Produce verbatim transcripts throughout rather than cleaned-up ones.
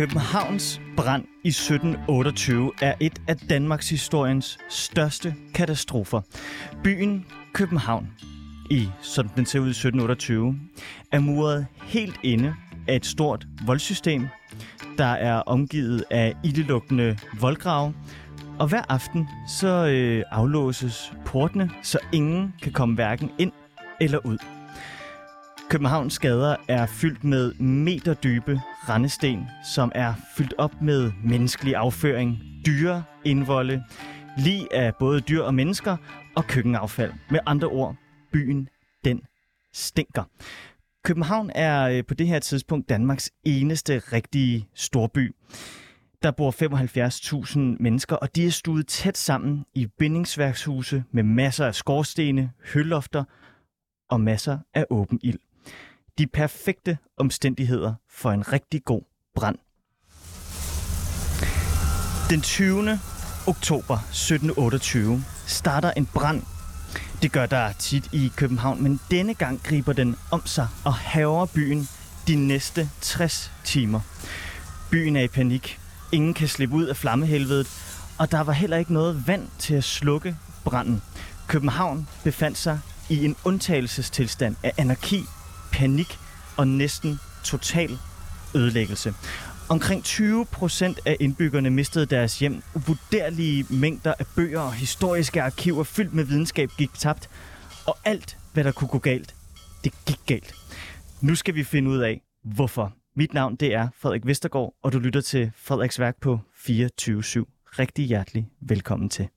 Københavns brand i sytten otteogtyve er et af Danmarks historiens største katastrofer. Byen København, i som den ser ud i sytten otteogtyve, er muret helt inde af et stort voldsystem, der er omgivet af ildelugtende voldgrave, og hver aften så øh, aflåses portene, så ingen kan komme hverken ind eller ud. Københavns gader er fyldt med meterdybe rendesten, som er fyldt op med menneskelig afføring, dyre indvolde, lig af både dyr og mennesker og køkkenaffald. Med andre ord, byen den stinker. København er på det her tidspunkt Danmarks eneste rigtige storby. Der bor femoghalvfjerds tusind mennesker, og de er stuet tæt sammen i bindingsværkshuse med masser af skorstene, hølofter og masser af åben ild. De perfekte omstændigheder for en rigtig god brand. Den tyvende oktober sytten otteogtyve starter en brand. Det gør der tit i København, men denne gang griber den om sig og hærger byen de næste tres timer. Byen er i panik. Ingen kan slippe ud af flammehelvedet, og der var heller ikke noget vand til at slukke branden. København befandt sig i en undtagelsestilstand af anarki, panik og næsten total ødelæggelse. Omkring tyve procent af indbyggerne mistede deres hjem. Uvurderlige mængder af bøger og historiske arkiver fyldt med videnskab gik tabt. Og alt, hvad der kunne gå galt, det gik galt. Nu skal vi finde ud af, hvorfor. Mit navn det er Frederik Vestergaard, og du lytter til Frederiks Værk på fireogtyve syv. Rigtig hjertelig velkommen til.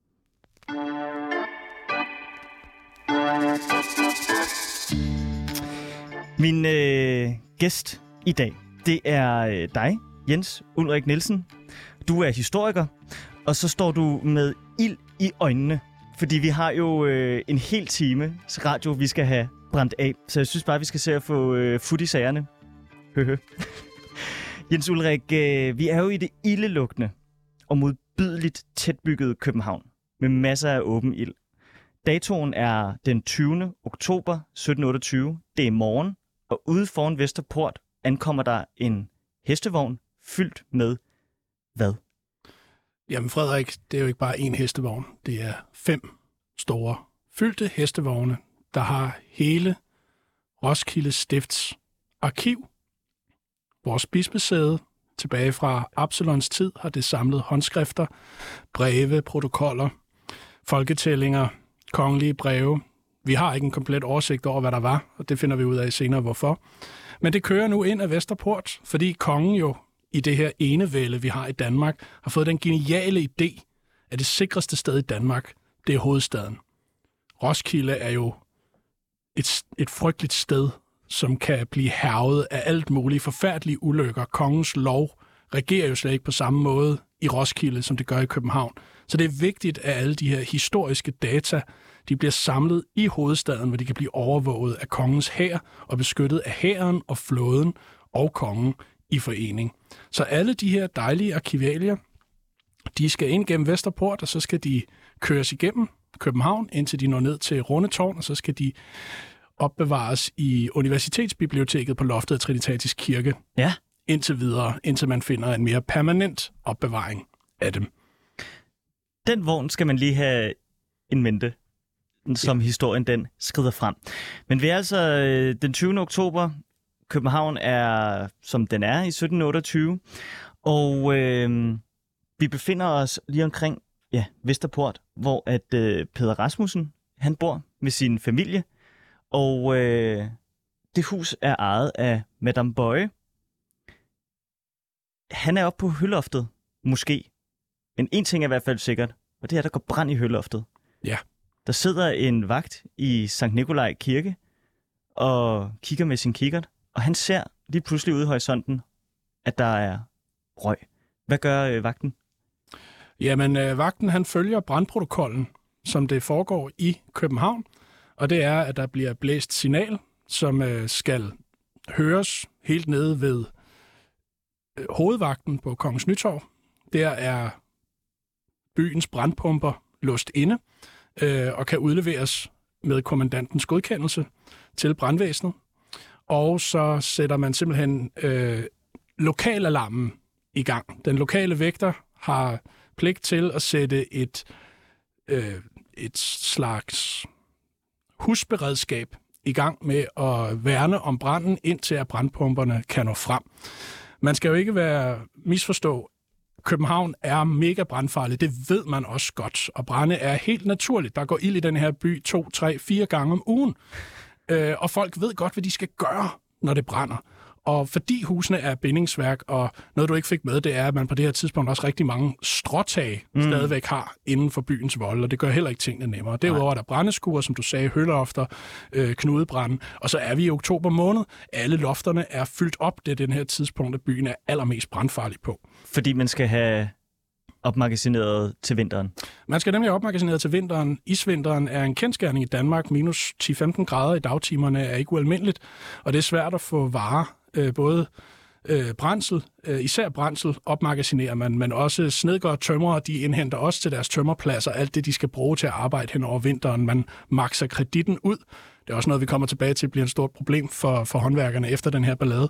Min øh, gæst i dag, det er øh, dig, Jens Ulrik Nielsen. Du er historiker, og så står du med ild i øjnene, fordi vi har jo øh, en hel time radio, vi skal have brændt af. Så jeg synes bare, vi skal se at få øh, fut i sagerne. Høhø. Jens Ulrik, øh, vi er jo i det ildelugtende og modbydeligt tætbygget København med masser af åben ild. Datoen er den tyvende oktober sytten otteogtyve. Det er morgen, og ude foran Vesterport ankommer der en hestevogn fyldt med hvad? Jamen Frederik, det er jo ikke bare én hestevogn. Det er fem store fyldte hestevogne, der har hele Roskilde Stifts arkiv. Vores bispesæde tilbage fra Absalons tid har det samlet håndskrifter, breve, protokoller, folketællinger, kongelige breve. Vi har ikke en komplet oversigt over, hvad der var, og det finder vi ud af senere, hvorfor. Men det kører nu ind af Vesterport, fordi kongen jo i det her enevælde, vi har i Danmark, har fået den geniale idé, at det sikreste sted i Danmark, det er hovedstaden. Roskilde er jo et, et frygteligt sted, som kan blive hærget af alt muligt forfærdelige ulykker. Kongens lov regerer jo slet ikke på samme måde i Roskilde, som det gør i København. Så det er vigtigt, at alle de her historiske data, de bliver samlet i hovedstaden, hvor de kan blive overvåget af kongens hær og beskyttet af hæren og flåden og kongen i forening. Så alle de her dejlige arkivalier, de skal ind gennem Vesterport, og så skal de køres igennem København, indtil de når ned til Rundetårn, og så skal de opbevares i Universitetsbiblioteket på loftet af Trinitatis Kirke. Ja. Indtil videre, indtil man finder en mere permanent opbevaring af dem. Den vogn skal man lige have en mente, som ja. Historien den skrider frem. Men vi er altså øh, den tyvende oktober. København er, som den er, i sytten otteogtyve. Og øh, vi befinder os lige omkring ja, Vesterport, hvor at øh, Peder Rasmussen, han bor med sin familie. Og øh, det hus er ejet af Madame Boye. Han er oppe på høloftet, måske. Men en ting er i hvert fald sikkert, og det er, at der går brand i høloftet. Ja. Der sidder en vagt i Sankt Nikolaj Kirke og kigger med sin kikkert, og han ser lige pludselig ude i horisonten, at der er røg. Hvad gør øh, vagten? Jamen, øh, vagten han følger brandprotokollen, som det foregår i København, og det er, at der bliver blæst signal, som øh, skal høres helt nede ved øh, hovedvagten på Kongens Nytorv. Der er byens brandpumper låst inde øh, og kan udleveres med kommandantens godkendelse til brandvæsenet. Og så sætter man simpelthen øh, lokalalarmen i gang. Den lokale vægter har pligt til at sætte et, øh, et slags husberedskab i gang med at værne om branden, indtil at brandpumperne kan nå frem. Man skal jo ikke være misforstå. København er mega brandfarlig, det ved man også godt, og brande er helt naturligt. Der går ild i den her by to, tre, fire gange om ugen, øh, og folk ved godt, hvad de skal gøre, når det brænder. Og fordi husene er bindingsværk, og noget, du ikke fik med, det er, at man på det her tidspunkt også rigtig mange stråtag mm. stadigvæk har inden for byens volde, og det gør heller ikke tingene nemmere. Derudover er der brændeskuer, som du sagde, hølofter, øh, knudebrænde, og så er vi i oktober måned. Alle lofterne er fyldt op. Det er den her tidspunkt, at byen er allermest brandfarlig på. Fordi man skal have opmagasineret til vinteren? Man skal nemlig have opmagasineret til vinteren. Isvinteren er en kendsgerning i Danmark. Minus ti til femten grader i dagtimerne er ikke ualmindeligt, og det er svært at få varer. Øh, både øh, brændsel, øh, især brændsel, opmagasinerer man, men også snedgård tømrere, de indhenter også til deres tømmerpladser alt det, de skal bruge til at arbejde hen over vinteren. Man makser kreditten ud. Det er også noget, vi kommer tilbage til, bliver et stort problem for, for håndværkerne efter den her ballade.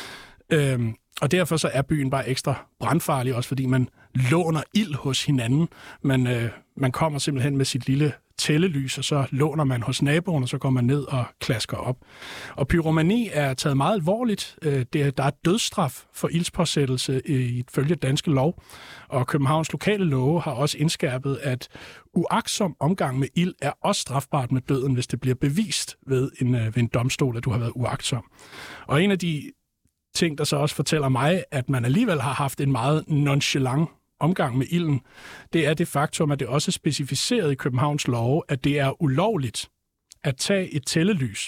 Øhm, og derfor så er byen bare ekstra brandfarlig, også fordi man låner ild hos hinanden. Man, øh, man kommer simpelthen med sit lille tællelys, og så låner man hos naboen, og så går man ned og klasker op. Og pyromani er taget meget alvorligt. Det, der er dødsstraf for ildspåsættelse ifølge danske lov, og Københavns lokale love har også indskærpet, at uagtsom omgang med ild er også strafbart med døden, hvis det bliver bevist ved en, ved en domstol, at du har været uagtsom. Og en af de ting, der så også fortæller mig, at man alligevel har haft en meget nonchalant omgang med ilden, det er det faktum, at det også er specificeret i Københavns love, at det er ulovligt at tage et tællelys,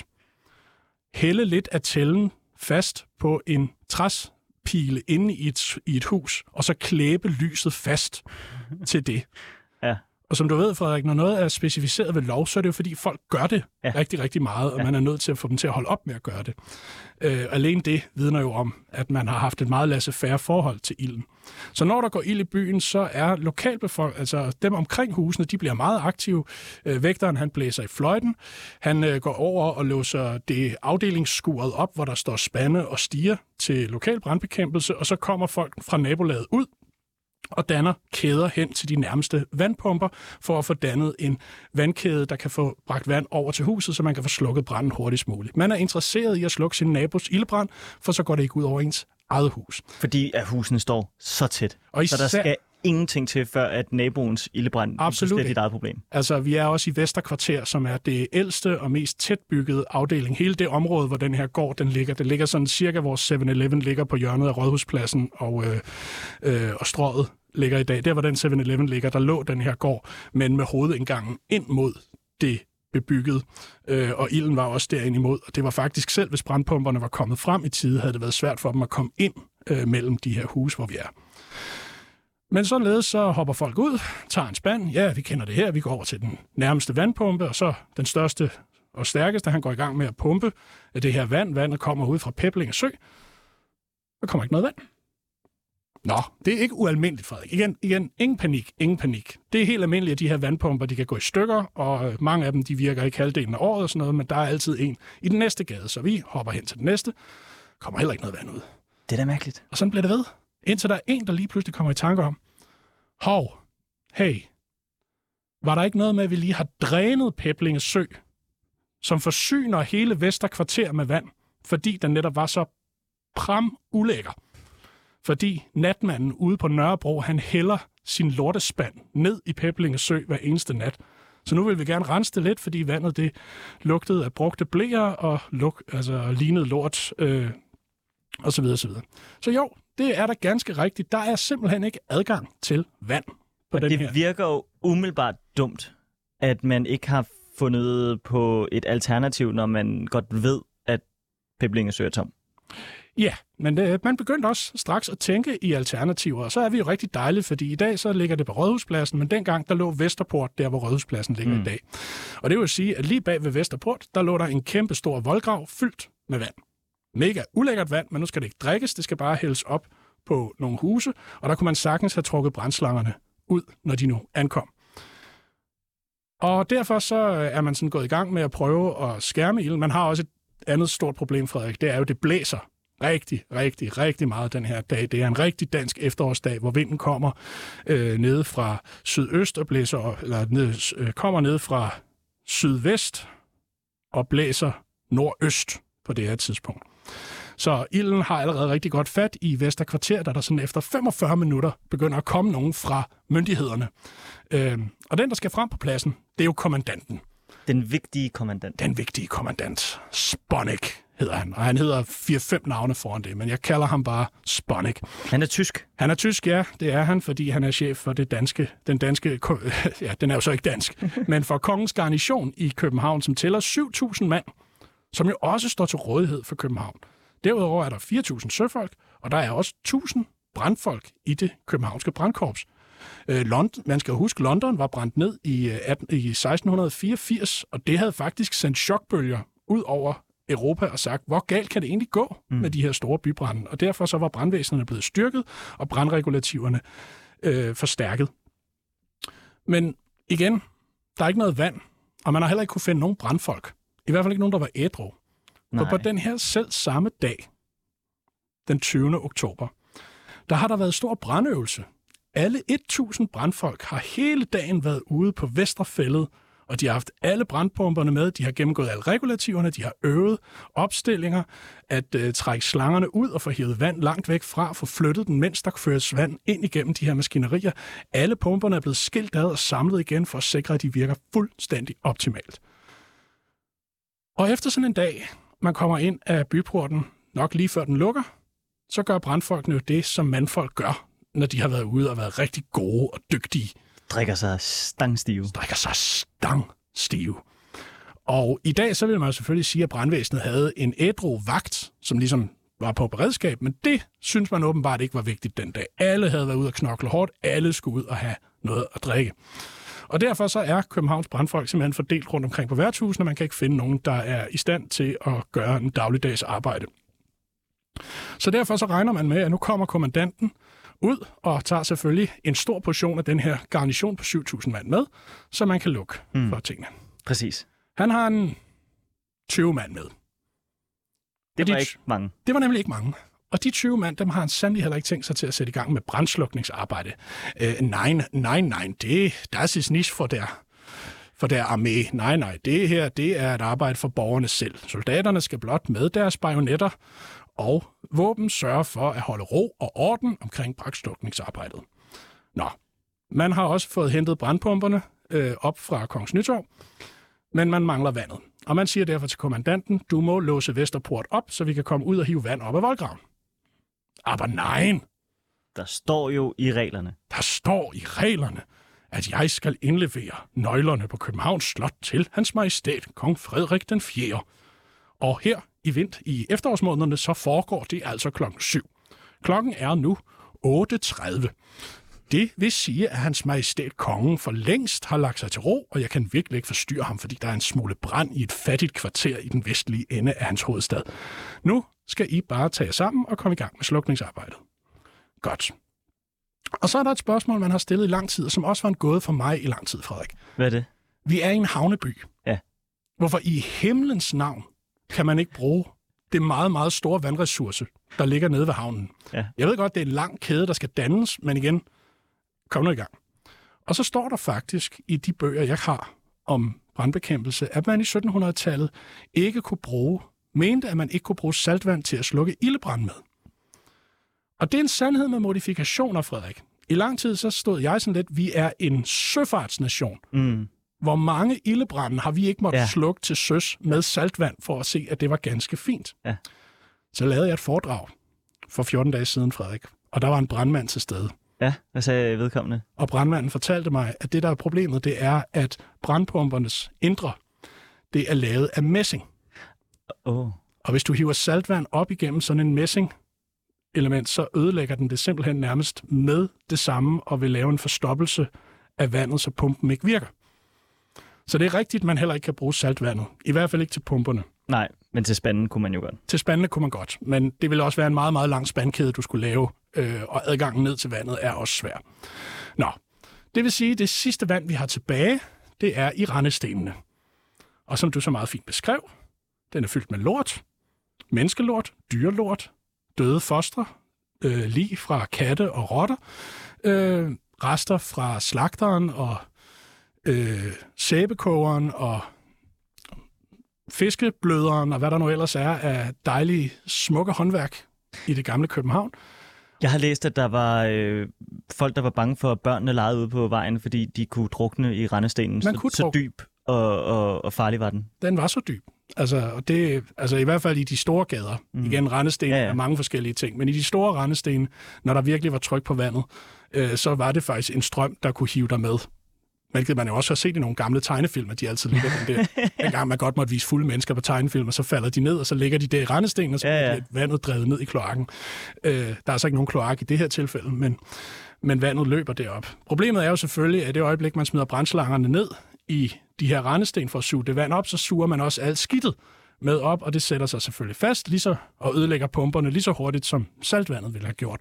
hælde lidt af tællen fast på en træspile inde i et, i et hus, og så klæbe lyset fast til det. Ja. Og som du ved, Frederik, når noget er specificeret ved lov, så er det jo fordi, folk gør det ja. rigtig, rigtig meget, og ja. man er nødt til at få dem til at holde op med at gøre det. Øh, alene det vidner jo om, at man har haft et meget laissez-faire forhold til ilden. Så når der går ild i byen, så er lokalbefolkningen, altså dem omkring husene, de bliver meget aktive. Øh, vægteren, han blæser i fløjten. Han øh, går over og låser det afdelingsskuret op, hvor der står spande og stiger til lokal brandbekæmpelse, og så kommer folk fra nabolaget ud og danner kæder hen til de nærmeste vandpumper for at få dannet en vandkæde, der kan få bragt vand over til huset, så man kan få slukket branden hurtigst muligt. Man er interesseret i at slukke sin nabos ildebrand, for så går det ikke ud over ens eget hus. Fordi at husene står så tæt, og især... så der skal ingenting til, før at naboens ildebrand er dit eget problem. Altså, vi er også i Vesterkvarter, som er det ældste og mest tætbyggede afdeling. Hele det område, hvor den her gård den ligger, det ligger sådan cirka, hvor seven eleven ligger på hjørnet af Rådhuspladsen og, øh, øh, og Strøget ligger i dag. Der, hvor den seven eleven ligger, der lå den her gård, men med hovedindgangen ind mod det bebygget, øh, og ilden var også derinde imod. Og det var faktisk selv, hvis brandpumperne var kommet frem i tide, havde det været svært for dem at komme ind øh, mellem de her huse, hvor vi er. Men således så hopper folk ud, tager en spand. Ja, vi kender det her. Vi går over til den nærmeste vandpumpe, og så den største og stærkeste, han går i gang med at pumpe det her vand. Vandet kommer ud fra Peblinge Sø. Der kommer ikke noget vand. Nå, det er ikke ualmindeligt, Frederik. Igen, igen, ingen panik, ingen panik. Det er helt almindeligt, at de her vandpumper, de kan gå i stykker, og mange af dem, de virker ikke halvdelen af året og sådan noget, men der er altid en i den næste gade, så vi hopper hen til den næste. Kommer heller ikke noget vand ud. Det er da mærkeligt. Og sådan bliver det ved. Indtil der er en, der lige pludselig kommer i tanke om, hov, hey, var der ikke noget med, at vi lige har drænet Peblinge Sø, som forsyner hele Vesterkvarter med vand, fordi den netop var så pram ulækker. Fordi natmanden ude på Nørrebro, han hælder sin lortespand ned i Peblinge Sø hver eneste nat. Så nu vil vi gerne rense det lidt, fordi vandet det lugtede af brugte bleer og luk, altså lignede lort, øh, og så videre, så videre. Så jo, det er da ganske rigtigt. Der er simpelthen ikke adgang til vand på den det her. Virker jo umiddelbart dumt, at man ikke har fundet på et alternativ, når man godt ved, at Peblinge Sø er tom. Ja, men det, man begyndte også straks at tænke i alternativer, og så er vi jo rigtig dejlige, fordi i dag så ligger det på Rådhuspladsen, men dengang der lå Vesterport, der hvor Rådhuspladsen ligger mm. i dag. Og det vil sige, at lige bag ved Vesterport, der lå der en kæmpe stor voldgrav fyldt med vand. Mega ulækkert vand, men nu skal det ikke drikkes, det skal bare hældes op på nogle huse, og der kunne man sagtens have trukket brandslangerne ud, når de nu ankom. Og derfor så er man sådan gået i gang med at prøve at skærme ilden. Man har også et andet stort problem, Frederik, det er jo, det blæser rigtig, rigtig, rigtig meget den her dag. Det er en rigtig dansk efterårsdag, hvor vinden kommer øh, nede fra sydøst og blæser, eller ned, øh, kommer ned fra sydvest og blæser nordøst på det her tidspunkt. Så ilden har allerede rigtig godt fat i Vesterkvarter, da der sådan efter femogfyrre minutter begynder at komme nogen fra myndighederne. Øh, og den, der skal frem på pladsen, det er jo kommandanten. Den vigtige kommandant. Den vigtige kommandant. Sponik hedder han. Og han hedder fire-fem navne foran det, men jeg kalder ham bare Sponik. Han er tysk. Han er tysk, ja. Det er han, fordi han er chef for det danske, den danske, ja, den er jo så ikke dansk, men for Kongens Garnison i København, som tæller syv tusind mand, som jo også står til rådighed for København. Derudover er der fire tusind søfolk, og der er også tusind brandfolk i det københavnske brandkorps. Øh, London, man skal huske, London var brændt ned i, atten, i seksten fireogfirs, og det havde faktisk sendt chokbølger ud over Europa og sagt, hvor galt kan det egentlig gå mm. med de her store bybrande? Og derfor så var brandvæsenerne blevet styrket, og brandregulativerne øh, forstærket. Men igen, der er ikke noget vand, og man har heller ikke kunne finde nogen brandfolk. I hvert fald ikke nogen, der var ædru. For på den her selv samme dag, den tyvende oktober, der har der været stor brandøvelse. Alle tusind brandfolk har hele dagen været ude på Vesterfællet, og de har haft alle brandpumperne med. De har gennemgået alle regulativerne, de har øvet opstillinger, at øh, trække slangerne ud og få hævet vand langt væk fra, få flyttet den, mens der føres vand ind igennem de her maskinerier. Alle pumperne er blevet skilt ad og samlet igen for at sikre, at de virker fuldstændig optimalt. Og efter sådan en dag, man kommer ind af byporten, nok lige før den lukker, så gør brandfolkene jo det, som mandfolk gør, når de har været ude og været rigtig gode og dygtige. Drikker sig stangstive. Drikker sig stangstive. Og i dag, så vil man selvfølgelig sige, at brandvæsenet havde en ædru vagt, som ligesom var på beredskab, men det synes man åbenbart ikke var vigtigt den dag. Alle havde været ude og knokle hårdt, alle skulle ud og have noget at drikke. Og derfor så er Københavns brandfolk simpelthen fordelt rundt omkring på værtshusene, og man kan ikke finde nogen, der er i stand til at gøre en dagligdags arbejde. Så derfor så regner man med, at nu kommer kommandanten ud og tager selvfølgelig en stor portion af den her garnison på syv tusind mand med, så man kan lukke mm. for tingene. Præcis. Han har en tyve mand med. Det var de, ikke mange. Det var nemlig ikke mange. Og de tyve mand, dem har han sandelig heller ikke tænkt sig til at sætte i gang med brandslukningsarbejde. Øh, nej, nej, nej, det das ist nicht for der, for der armé. Nej, nej, det her, det er et arbejde for borgerne selv. Soldaterne skal blot med deres bajonetter og våben sørge for at holde ro og orden omkring brandslukningsarbejdet. Nå, man har også fået hentet brandpumperne øh, op fra Kongens Nytorv, men man mangler vandet. Og man siger derfor til kommandanten, du må låse Vesterport op, så vi kan komme ud og hive vand op af voldgraven. Aber nein! Der står jo i reglerne. Der står i reglerne, at jeg skal indlevere nøglerne på Københavns Slot til Hans Majestæt, Kong Frederik den fjerde. Og her i vind i efterårsmånederne, så foregår det altså klokken syv. Klokken er nu otte tredive. Det vil sige, at Hans Majestæt Kongen for længst har lagt sig til ro, og jeg kan virkelig ikke forstyrre ham, fordi der er en smule brand i et fattigt kvarter i den vestlige ende af hans hovedstad. Nu skal I bare tage jer sammen og komme i gang med slukningsarbejdet. Godt. Og så er der et spørgsmål, man har stillet i lang tid, og som også var en gåde for mig i lang tid, Frederik. Hvad er det? Vi er i en havneby. Ja. Hvorfor i himlens navn kan man ikke bruge det meget, meget store vandressource, der ligger nede ved havnen? Ja. Jeg ved godt, det er en lang kæde, der skal dannes, men igen, kom nu i gang. Og så står der faktisk i de bøger, jeg har om brandbekæmpelse, at man i syttenhundredetallet ikke kunne bruge, mente, at man ikke kunne bruge saltvand til at slukke ildebrand med. Og det er en sandhed med modifikationer, Frederik. I lang tid så stod jeg sådan lidt, vi er en søfartsnation. Mm. Hvor mange ildebrande har vi ikke måttet ja. slukke til søs med saltvand, for at se, at det var ganske fint. Ja. Så lavede jeg et foredrag for fjorten dage siden, Frederik. Og der var en brandmand til stede. Ja, hvad sagde vedkommende? Og brandmanden fortalte mig, at det, der er problemet, det er, at brandpumpernes indre, det er lavet af messing. Oh. Og hvis du hiver saltvand op igennem sådan en messing element, så ødelægger den det simpelthen nærmest med det samme, og vil lave en forstoppelse af vandet, så pumpen ikke virker. Så det er rigtigt, at man heller ikke kan bruge saltvandet. I hvert fald ikke til pumperne. Nej, men til spanden kunne man jo godt. Til spandene kunne man godt, men det ville også være en meget, meget lang spandkæde, du skulle lave, øh, og adgangen ned til vandet er også svær. Nå, det vil sige, at det sidste vand, vi har tilbage, det er i rendestenene. Og som du så meget fint beskrev, den er fyldt med lort, menneskelort, dyrelort, døde fostre, øh, lig fra katte og rotter, øh, rester fra slagteren og øh, sæbekogeren og fiskebløderen og hvad der nu ellers er af dejlige, smukke håndværk i det gamle København. Jeg har læst, at der var øh, folk, der var bange for, at børnene legede ude på vejen, fordi de kunne drukne i rendestenen. Så, så dyb og, og, og farlig var den. Den var så dyb. Altså, og det, altså i hvert fald i de store gader. Mm. Igen, rendesten ja, ja. er mange forskellige ting. Men i de store rendesten, når der virkelig var tryk på vandet, øh, så var det faktisk en strøm, der kunne hive dig med. Hvilket man jo også har set i nogle gamle tegnefilm, at de altid ligger den der. En gang man godt måtte vise fulde mennesker på tegnefilm, og så falder de ned, og så ligger de der i rendestenen, og så ja, ja. bliver vandet drevet ned i kloakken. Øh, der er altså ikke nogen kloak i det her tilfælde, men, men vandet løber derop. Problemet er jo selvfølgelig, at det øjeblik, man smider brandslangerne ned i de her rendesten for at suge det vand op, så suger man også alt skidtet med op, og det sætter sig selvfølgelig fast lige så, og ødelægger pumperne lige så hurtigt, som saltvandet ville have gjort.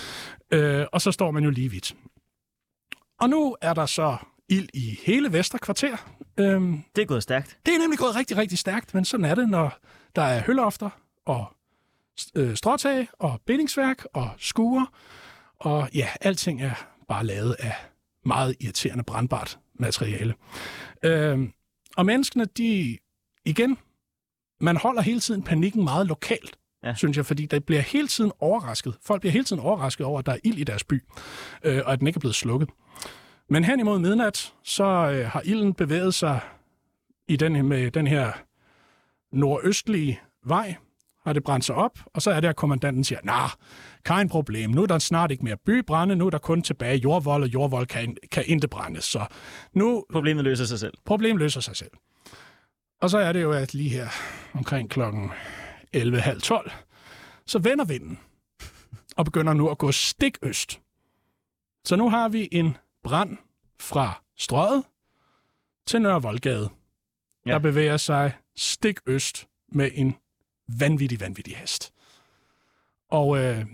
Øh, og så står man jo lige vidt. Og nu er der så ild i hele Vesterkvarter. Øhm, det er gået stærkt. Det er nemlig gået rigtig, rigtig stærkt, men sådan er det, når der er hølofter og øh, stråtag og bindingsværk og skure, og ja, alting er bare lavet af meget irriterende brandbart materiale. Øhm, og menneskene, de igen, man holder hele tiden panikken meget lokalt, ja. synes jeg, fordi der bliver hele tiden overrasket. Folk bliver hele tiden overrasket over, at der er ild i deres by, øh, og at den ikke er blevet slukket. Men hen imod midnat, så øh, har ilden bevæget sig i den, med den her nordøstlige vej, har det brændt sig op, og så er det, at kommandanten siger, nej, kein problem, nu er der snart ikke mere bybrænde, nu er der kun tilbage jordvold, og jordvold kan, kan ikke brændes. Så nu... Problemet løser sig selv. Problemet løser sig selv. Og så er det jo, at lige her omkring klokken elleve halv tolv, så vender vinden, og begynder nu at gå stik øst. Så nu har vi en brand fra Strøget til Nørre Voldgade, ja. der bevæger sig stik øst med en vanvittig, vanvittig hest. Og øh,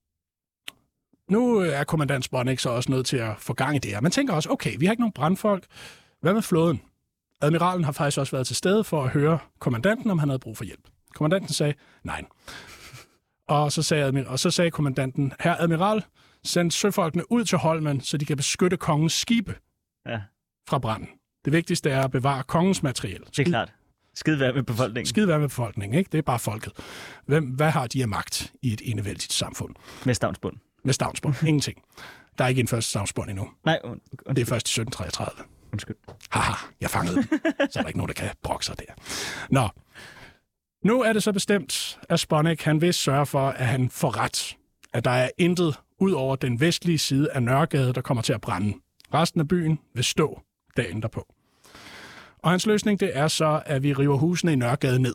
nu er kommandant Sponnik så også nødt til at få gang i det her. Man tænker også, okay, vi har ikke nogen brandfolk. Hvad med flåden? Admiralen har faktisk også været til stede for at høre kommandanten, om han havde brug for hjælp. Kommandanten sagde, nej. Og så sagde, admir- og så sagde kommandanten, herre admiral, send søfolkene ud til Holmen, så de kan beskytte kongens skibe ja. fra branden. Det vigtigste er at bevare kongens materiel. Det er klart. Skide være med befolkningen. Skide være med befolkningen, ikke? Det er bare folket. Hvem, hvad har de af magt i et enevældigt samfund? Med stavnsbund. Med stavnsbund. Ingenting. Der er ikke en første stavnsbund endnu. Nej, und- undskyld. Det er først i sytten treogtredive. Undskyld. Haha, jeg fangede den. Så er der ikke nogen, der kan brokke sig der. Nå. Nu er det så bestemt, at Sponnik, han vil sørge for, at han får ret. At der er intet ud over den vestlige side af Nørregade, der kommer til at brænde. Resten af byen vil stå dagen derpå. Og hans løsning, det er så, at vi river husene i Nørregade ned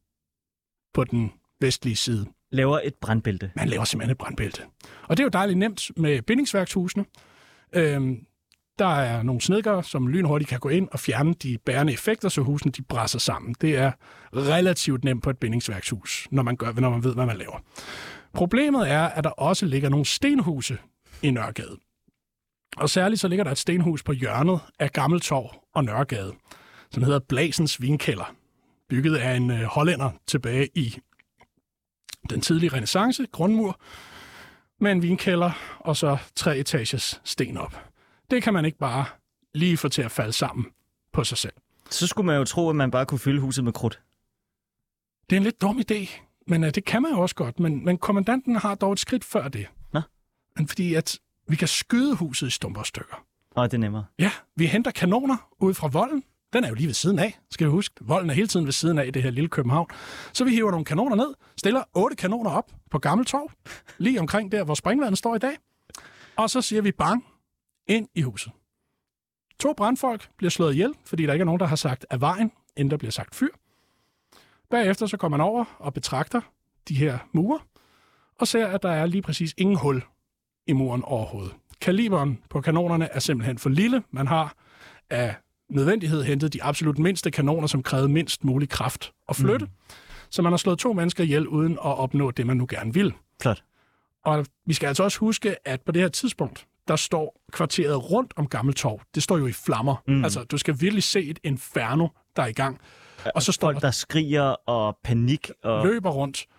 på den vestlige side. Laver et brandbælte. Man laver simpelthen et brandbælte. Og det er jo dejligt nemt med bindingsværkshusene. Øhm, der er nogle snedkere, som lynhurtigt kan gå ind og fjerne de bærende effekter, så husene de brænder sammen. Det er relativt nemt på et bindingsværkshus, når man, gør, når man ved, hvad man laver. Problemet er, at der også ligger nogle stenhuse i Nørregade. Og særligt så ligger der et stenhus på hjørnet af Gammeltorv og Nørregade, som hedder Blasens Vinkælder, bygget af en øh, hollænder tilbage i den tidlige renæssance, grundmur, med en vinkælder og så tre etages sten op. Det kan man ikke bare lige få til at falde sammen på sig selv. Så skulle man jo tro, at man bare kunne fylde huset med krudt. Det er en lidt dum idé, men uh, det kan man jo også godt. Men, men kommandanten har dog et skridt før det. Nå? Men fordi at vi kan skyde huset i stumper stykker. Og det er nemmere. Ja, vi henter kanoner ud fra volden. Den er jo lige ved siden af, skal vi huske. Volden er hele tiden ved siden af i det her lille København. Så vi hiver nogle kanoner ned, stiller otte kanoner op på Gammeltorv, lige omkring der, hvor springvandet står i dag. Og så siger vi bang, ind i huset. To brandfolk bliver slået ihjel, fordi der ikke er nogen, der har sagt af vejen, inden der bliver sagt fyr. Bagefter så går man over og betragter de her mure, og ser, at der er lige præcis ingen hul i muren overhovedet. Kaliberen på kanonerne er simpelthen for lille. Man har af nødvendighed hentet de absolut mindste kanoner, som krævede mindst mulig kraft at flytte. Mm. Så man har slået to mennesker ihjel, uden at opnå det, man nu gerne vil. Klart. Og vi skal altså også huske, at på det her tidspunkt, der står kvarteret rundt om Gammeltorv. Det står jo i flammer. Mm. Altså, du skal virkelig se et inferno, der er i gang. Og så står folk, der skriger og panik. Og løber rundt.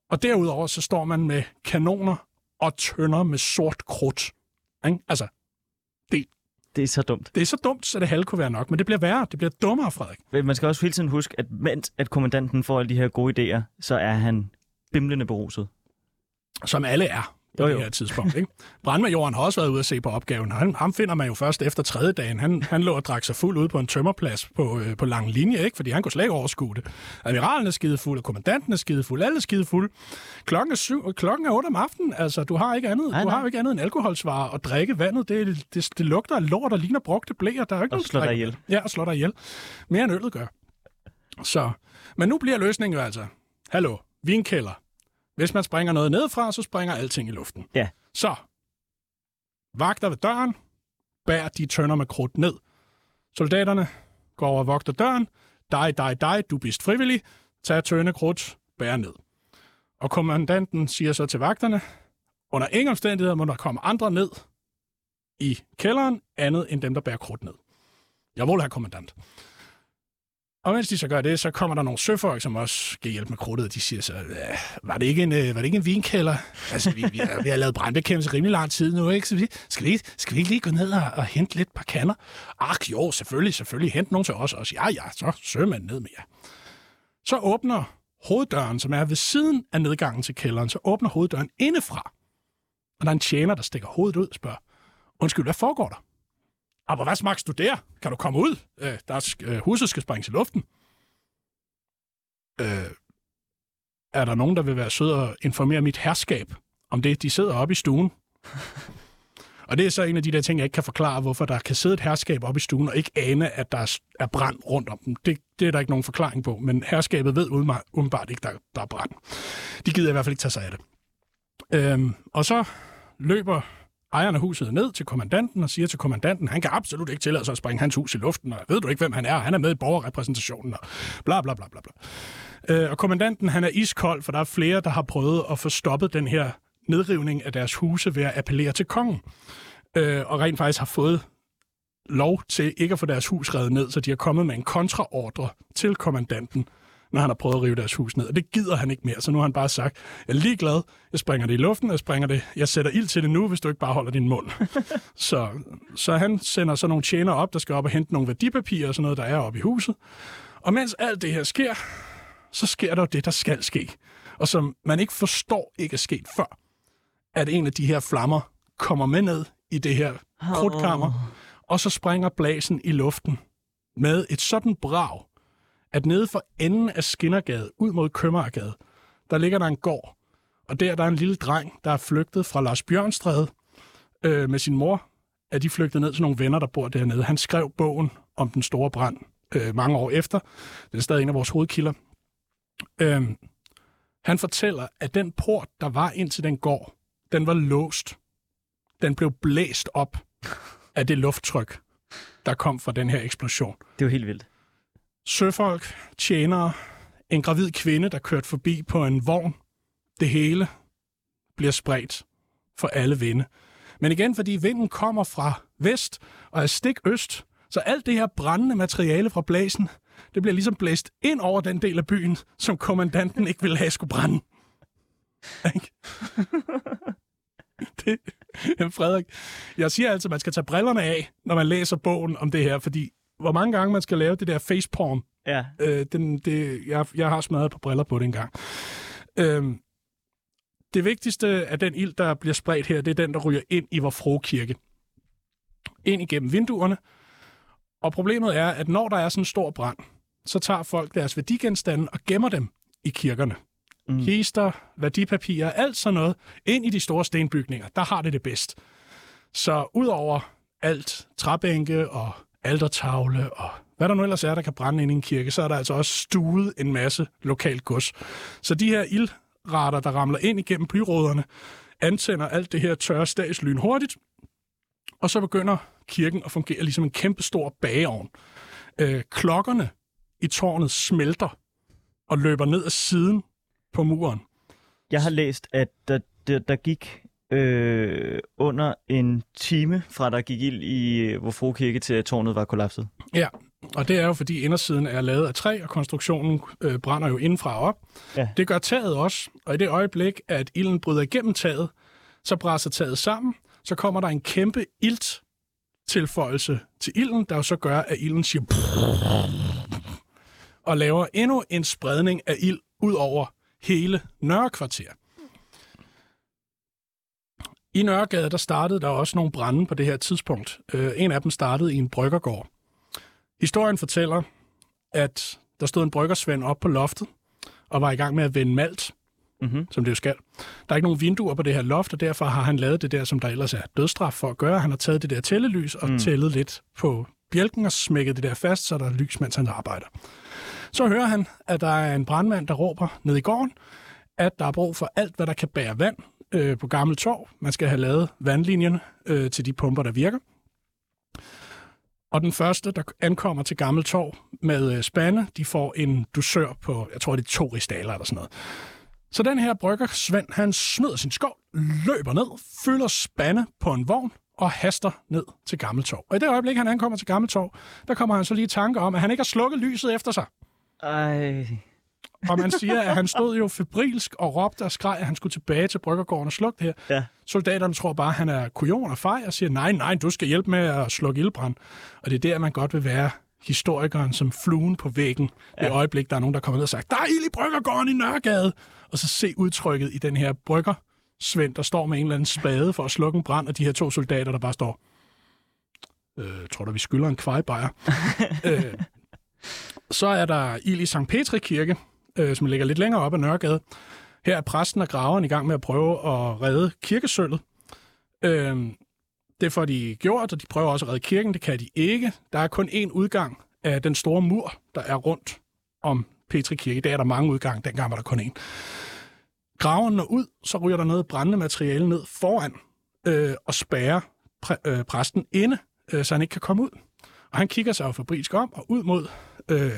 Og derudover så står man med kanoner og tønder med sort krudt. Ikke? Altså, det, det er så dumt. Det er så dumt, så det halve kunne være nok, men det bliver værre. Det bliver dummere, Frederik. Man skal også hele tiden huske, at mens at kommandanten får alle de her gode idéer, så er han bimlende beruset. Som alle er på jo, jo. det her tidspunkt. Ikke? Brandmajoren har også været ude at se på opgaven. Han, ham finder man jo først efter tredje dagen. Han, han lå og drak sig fuld ud på en tømmerplads på, øh, på lang linje, ikke? Fordi han kunne slet ikke overskue det. Admiralen er skidefuld, og kommandanten er skidefuld, alle er skidefulde. Klokken er, syv, klokken er otte om aftenen. Altså, du har ikke andet, nej, du har ikke andet end alkoholsvarer og drikke vandet. Det, det, det, det lugter af lort, der ligner brugte blæer. Der er ikke og slår dig ihjel. Ja, og slår dig ihjel. Mere end øllet gør. Så, men nu bliver løsningen jo altså, hallo, vinkælder. Hvis man springer noget nedfra, så springer alting i luften. Ja. Så, vagter ved døren, bær de tønder med krudt ned. Soldaterne går over og vogter døren. Dig, dig, dig, du bist frivillig. Tag tønde krudt, bær ned. Og kommandanten siger så til vagterne, under ingen omstændigheder må der komme andre ned i kælderen, andet end dem, der bærer krudt ned. Jeg vil have kommandant. Og mens de så gør det, så kommer der nogle søfolk, som også skal hjælpe med krudtet. De siger så, var det ikke en, var det ikke en vinkælder? Altså, vi, vi, har, vi har lavet brandbekæmpelse rimelig lang tid nu, ikke? Så vi, skal, vi, skal vi ikke lige gå ned og, og hente lidt par kander? Ach jo, selvfølgelig, selvfølgelig. Hente nogen til os også. Ja, ja, så søger ned med jer. Så åbner hoveddøren, som er ved siden af nedgangen til kælderen, så åbner hoveddøren indefra. Og der er en tjener, der stikker hovedet ud og spørger, undskyld, hvad foregår der? Aber hvad machst du der? Kan du komme ud? Øh, der er, øh, huset skal sprænges i luften. Øh, er der nogen, der vil være sød og informere mit herskab om det? De sidder oppe i stuen. Og det er så en af de der ting, jeg ikke kan forklare, hvorfor der kan sidde et herskab oppe i stuen og ikke ane, at der er brand rundt om dem. Det, det er der ikke nogen forklaring på, men herskabet ved umiddelbart ikke, der, der er brand. De gider i hvert fald ikke tage sig af det. Øh, og så løber ejeren af huset ned til kommandanten og siger til kommandanten, han kan absolut ikke tillade sig at springe hans hus i luften, og ved du ikke, hvem han er? Han er med i borgerrepræsentationen, og bla bla bla bla bla. Øh, og kommandanten, han er iskold, for der er flere, der har prøvet at få stoppet den her nedrivning af deres huse ved at appellere til kongen. Øh, og rent faktisk har fået lov til ikke at få deres hus revet ned, så de er kommet med en kontraordre til kommandanten, når han har prøvet at rive deres hus ned. Og det gider han ikke mere, så nu har han bare sagt, jeg er ligeglad, jeg springer det i luften, jeg springer det, jeg sætter ild til det nu, hvis du ikke bare holder din mund. så, så han sender så nogle tjenere op, der skal op og hente nogle værdipapirer og sådan noget, der er oppe i huset. Og mens alt det her sker, så sker der jo det, der skal ske. Og som man ikke forstår ikke er sket før, at en af de her flammer kommer med ned i det her krudtkammer, og så springer blæsen i luften med et sådan brag, at nede for enden af Skinnergade, ud mod Købmagergade, der ligger der en gård. Og der, der er en lille dreng, der er flygtet fra Lars Bjørnstræde øh, med sin mor. Er de flygtet ned til nogle venner, der bor dernede. Han skrev bogen om den store brand øh, mange år efter. Det er stadig en af vores hovedkilder. Øh, han fortæller, at den port, der var ind til den gård, den var låst. Den blev blæst op af det lufttryk, der kom fra den her eksplosion. Det er jo helt vildt. Søfolk, tjenere, en gravid kvinde, der kørte forbi på en vogn. Det hele bliver spredt for alle vinde. Men igen, fordi vinden kommer fra vest og er stik øst, så alt det her brændende materiale fra blæsen, det bliver ligesom blæst ind over den del af byen, som kommandanten ikke ville have skulle brænde. det, jamen Frederik, jeg siger altid, at man skal tage brillerne af, når man læser bogen om det her, fordi hvor mange gange man skal lave det der facepalm. Ja. Øh, den, det, jeg, jeg har smadret på briller på det engang. Øh, det vigtigste af den ild, der bliver spredt her, det er den, der ryger ind i Vor Frue Kirke. Ind igennem vinduerne. Og problemet er, at når der er sådan en stor brand, så tager folk deres værdigenstande og gemmer dem i kirkerne. Mm. Kister, værdipapirer, alt sådan noget, ind i de store stenbygninger. Der har det det bedst. Så udover alt træbænke og altertavle og hvad der nu ellers er, der kan brænde ind i en kirke, så er der altså også stuet en masse lokalt gods. Så de her ildrater, der ramler ind igennem byråderne, antænder alt det her tørre stagslyn hurtigt, og så begynder kirken at fungere ligesom en kæmpe stor bageovn. Øh, klokkerne i tårnet smelter og løber ned ad siden på muren. Jeg har læst, at der, der, der gik øh, under en time fra der gik ild i Vor Frue Kirke til at tårnet var kollapset. Ja, Og det er jo, fordi indersiden er lavet af træ, og konstruktionen øh, brænder jo indenfra og op. Ja. Det gør taget også, og i det øjeblik, at ilden bryder igennem taget, så brænder taget sammen, så kommer der en kæmpe ilttilføjelse til ilden, der jo så gør, at ilden siger og laver endnu en spredning af ild ud over hele Nørrekvarter. I Nørregade, der startede der også nogle brande på det her tidspunkt. Øh, en af dem startede i en bryggergård. Historien fortæller, at der stod en bryggersvend op på loftet og var i gang med at vende malt, mm-hmm. som det jo skal. Der er ikke nogen vinduer på det her loft, og derfor har han lavet det der, som der ellers er dødsstraf for at gøre. Han har taget det der tællelys og mm. tællet lidt på bjælken og smækket det der fast, så der er lys, mens han arbejder. Så hører han, at der er en brandmand, der råber ned i gården, at der er brug for alt, hvad der kan bære vand øh, på Gammel Torv. Man skal have lavet vandlinjen øh, til de pumper, der virker. Og den første, der ankommer til Gammel Torv med øh, spande, de får en dusør på, jeg tror, det er to rigsdaler eller sådan noget. Så den her brygger, Svend, han smider sin skov, løber ned, fylder spande på en vogn og haster ned til Gammel Torv. Og i det øjeblik, han ankommer til Gammel Torv, der kommer han så lige i tanke om, at han ikke har slukket lyset efter sig. Ej. Og man siger, at han stod jo febrilsk og råbte og skreg, at han skulle tilbage til bryggergården og slukke det her. Ja. Soldaterne tror bare, at han er kujon og fej og siger, nej, nej, du skal hjælpe med at slukke ildbrand. Og det er der, man godt vil være historikeren som fluen på væggen. Ja. Det øjeblik, der er nogen, der kommer ned og siger, der er ild i bryggergården i Nørregade. Og så se udtrykket i den her brygger Svend, der står med en eller anden spade for at slukke en brand, og de her to soldater, der bare står, øh, tror du, vi skylder en kvejbejer? øh, så er der ild i Sankt Petri Kirke, øh, som ligger lidt længere op ad Nørregade. Her er præsten og graveren i gang med at prøve at redde kirkesølvet. Øh, det får de gjort, og de prøver også at redde kirken. Det kan de ikke. Der er kun én udgang af den store mur, der er rundt om Petri Kirke. Der er der mange udgange. Dengang var der kun én. Graveren når ud, så ryger der noget brændende materiale ned foran øh, og spærrer præ- øh, præsten inde, øh, så han ikke kan komme ud. Og han kigger sig jo fabrilsk om og ud mod øh,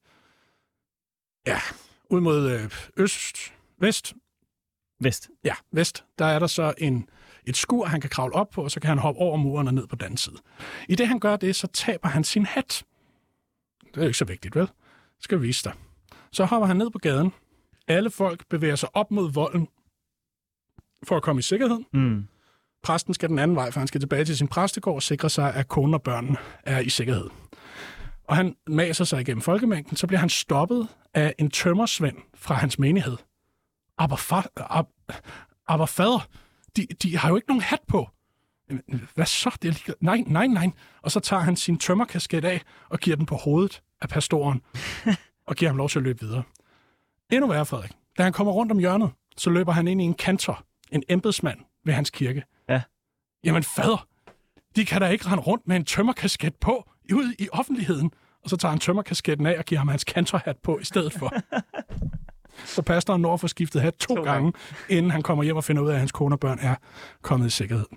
ja, ud mod øh, øst, vest. Vest. Ja, vest. Der er der så en, et skur, han kan kravle op på, og så kan han hoppe over muren og ned på den anden side. I det han gør det, så taber han sin hat. Det er ikke så vigtigt, vel? Det skal vise dig. Så hopper han ned på gaden. Alle folk bevæger sig op mod volden for at komme i sikkerhed. Mm. Præsten skal den anden vej, for han skal tilbage til sin præstegård og sikre sig, at konen og børnene er i sikkerhed. Og han maser sig igennem folkemængden, så bliver han stoppet af en tømmersvend fra hans menighed. Aber, fa- ab, aber fader, de, de har jo ikke nogen hat på. Hvad så? Det er lige... Nej, nej, nej. Og så tager han sin tømmerkasket af og giver den på hovedet af pastoren og giver ham lov til at løbe videre. Endnu værre, Frederik. Da han kommer rundt om hjørnet, så løber han ind i en kantor, en embedsmand ved hans kirke. Ja. Jamen fader, de kan da ikke rende rundt med en tømmerkasket på ude i offentligheden. Og så tager han tømmerkasketten af og giver ham hans kantorhat på i stedet for. Så pastoren når for skiftet hat to, to gange, gange, inden han kommer hjem og finder ud af, at hans kone og børn er kommet i sikkerhed.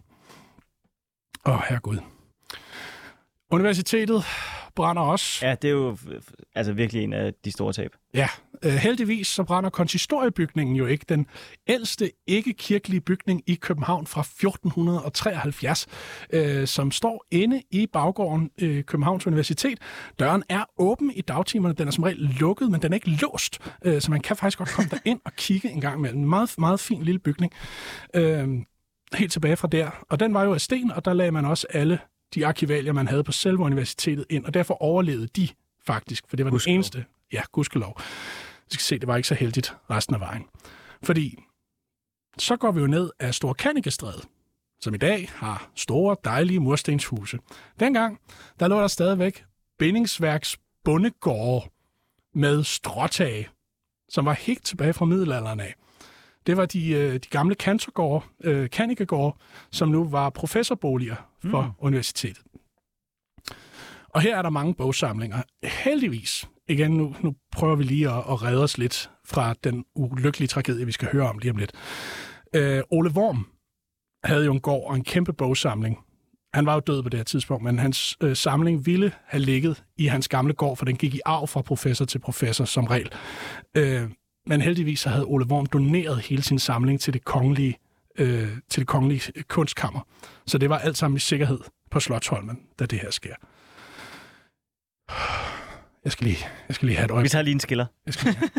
Åh, oh, herregud. Universitetet brænder også. Ja, det er jo altså virkelig en af de store tab. Ja, øh, heldigvis så brænder konsistoriebygningen jo ikke. Den ældste ikke-kirkelige bygning i København fra fjorten treoghalvfjerds, øh, som står inde i baggården øh, Københavns Universitet. Døren er åben i dagtimerne. Den er som regel lukket, men den er ikke låst, øh, så man kan faktisk godt komme derind og kigge en gang imellem. En meget, meget fin lille bygning. Øh, helt tilbage fra der. Og den var jo af sten, og der lagde man også alle de arkivalier, man havde på selve universitetet ind, og derfor overlevede de faktisk, for det var den eneste. Ja, gudskelov. Vi skal se, det var ikke så heldigt resten af vejen. Fordi så går vi jo ned af Store Kannikestræde, som i dag har store, dejlige murstenshuse. Dengang, der lå der stadigvæk bindingsværks bondegårde med stråtage, som var helt tilbage fra middelalderen af. Det var de, de gamle kantorgårde, øh, kannikegårde, som nu var professorboliger for mm. universitetet. Og her er der mange bogsamlinger. Heldigvis, igen, nu, nu prøver vi lige at, at redde os lidt fra den ulykkelige tragedie, vi skal høre om lige om lidt. Øh, Ole Worm havde jo en gård og en kæmpe bogsamling. Han var jo død på det her tidspunkt, men hans øh, samling ville have ligget i hans gamle gård, for den gik i arv fra professor til professor som regel. Øh, Men heldigvis så havde Ole Worm doneret hele sin samling til det kongelige, øh, til det kongelige kunstkammer. Så det var alt sammen i sikkerhed på Slotsholmen, da det her sker. Jeg skal lige, jeg skal lige have et øje. Vi tager lige en skiller. Jeg skal lige...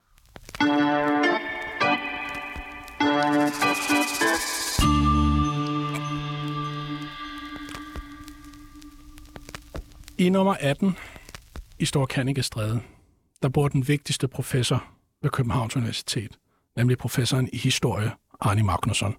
I nummer atten i Store Kannikestræde, der bor den vigtigste professor ved Københavns Universitet, nemlig professoren i historie, Árni Magnússon.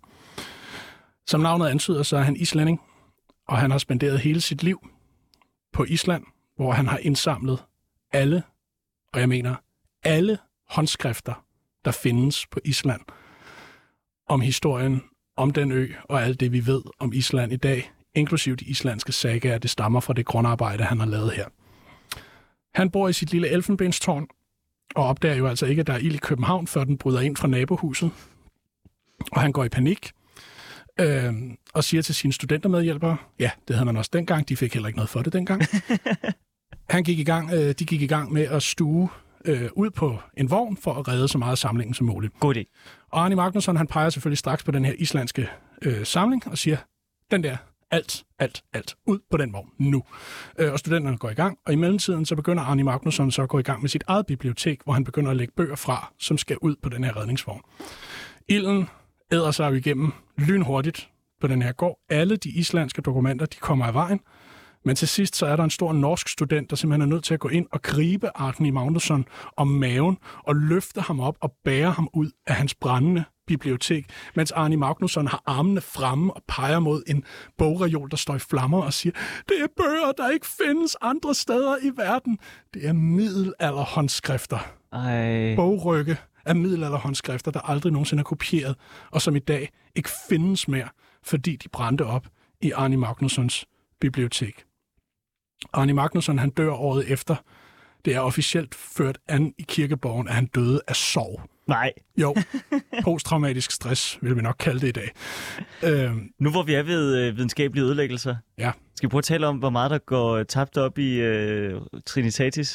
Som navnet antyder, så er han islænding, og han har spenderet hele sit liv på Island, hvor han har indsamlet alle, og jeg mener alle håndskrifter, der findes på Island, om historien, om den ø og alt det, vi ved om Island i dag, inklusive de islandske sagaer, det stammer fra det grundarbejde, han har lavet her. Han bor i sit lille elfenbenstårn, og opdager jo altså ikke, at der er ild i København, før den bryder ind fra nabohuset. Og han går i panik, øh, og siger til sine studentermedhjælpere, ja, det havde man også dengang, de fik heller ikke noget for det dengang. Han gik i gang, øh, de gik i gang med at stue øh, ud på en vogn for at redde så meget af samlingen som muligt. God idé. Og Árni Magnússon, han peger selvfølgelig straks på den her islandske øh, samling og siger, den der, alt, alt, alt, ud på den vogn nu. Øh, og studenterne går i gang, og i mellemtiden så begynder Árni Magnússon så at gå i gang med sit eget bibliotek, hvor han begynder at lægge bøger fra, som skal ud på den her redningsvogn. Ilden æder sig jo igennem lynhurtigt på den her gård. Alle de islandske dokumenter, de kommer af vejen, men til sidst så er der en stor norsk student, der simpelthen er nødt til at gå ind og gribe Árni Magnússon om maven og løfte ham op og bære ham ud af hans brændende bibliotek, mens Árni Magnússon har armene fremme og peger mod en bogreol, der står i flammer og siger, det er bøger, der ikke findes andre steder i verden. Det er middelalderhåndskrifter. Ej. Bogrygge af middelalderhåndskrifter, der aldrig nogensinde er kopieret, og som i dag ikke findes mere, fordi de brændte op i Árni Magnússons bibliotek. Árni Magnússon, han dør året efter. Det er officielt ført an i kirkeborgen, at han døde af sorg. Nej. Jo, posttraumatisk stress, vil vi nok kalde det i dag. Øhm, nu hvor vi er ved øh, videnskabelige ødelæggelser, ja. skal vi prøve at tale om, hvor meget der går tabt op i øh, Trinitatis?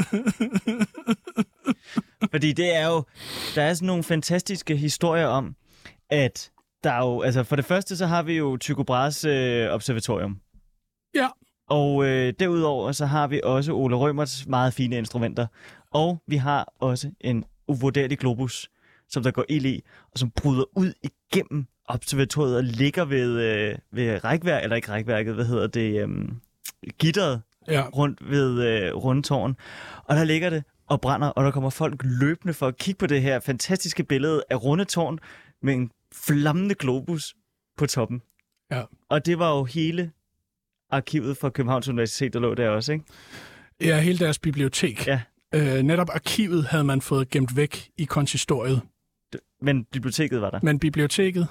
Fordi det er jo, der er sådan nogle fantastiske historier om, at der er jo, altså for det første så har vi jo Tycho Brahes øh, observatorium. Ja. Og øh, derudover så har vi også Ole Rømerts meget fine instrumenter. Og vi har også en uvurderlig globus, som der går ild i, og som bryder ud igennem observatoriet og ligger ved, øh, ved rækværk, eller ikke rækværket, hvad hedder det, øh, gitteret ja. rundt ved øh, Rundetårn. Og der ligger det og brænder, og der kommer folk løbende for at kigge på det her fantastiske billede af Rundetårn med en flammende globus på toppen. Ja. Og det var jo hele arkivet fra Københavns Universitet, der lå der også, ikke? Ja, hele deres bibliotek. Ja. Øh, netop arkivet havde man fået gemt væk i konsistoriet. Men biblioteket var der? Men biblioteket,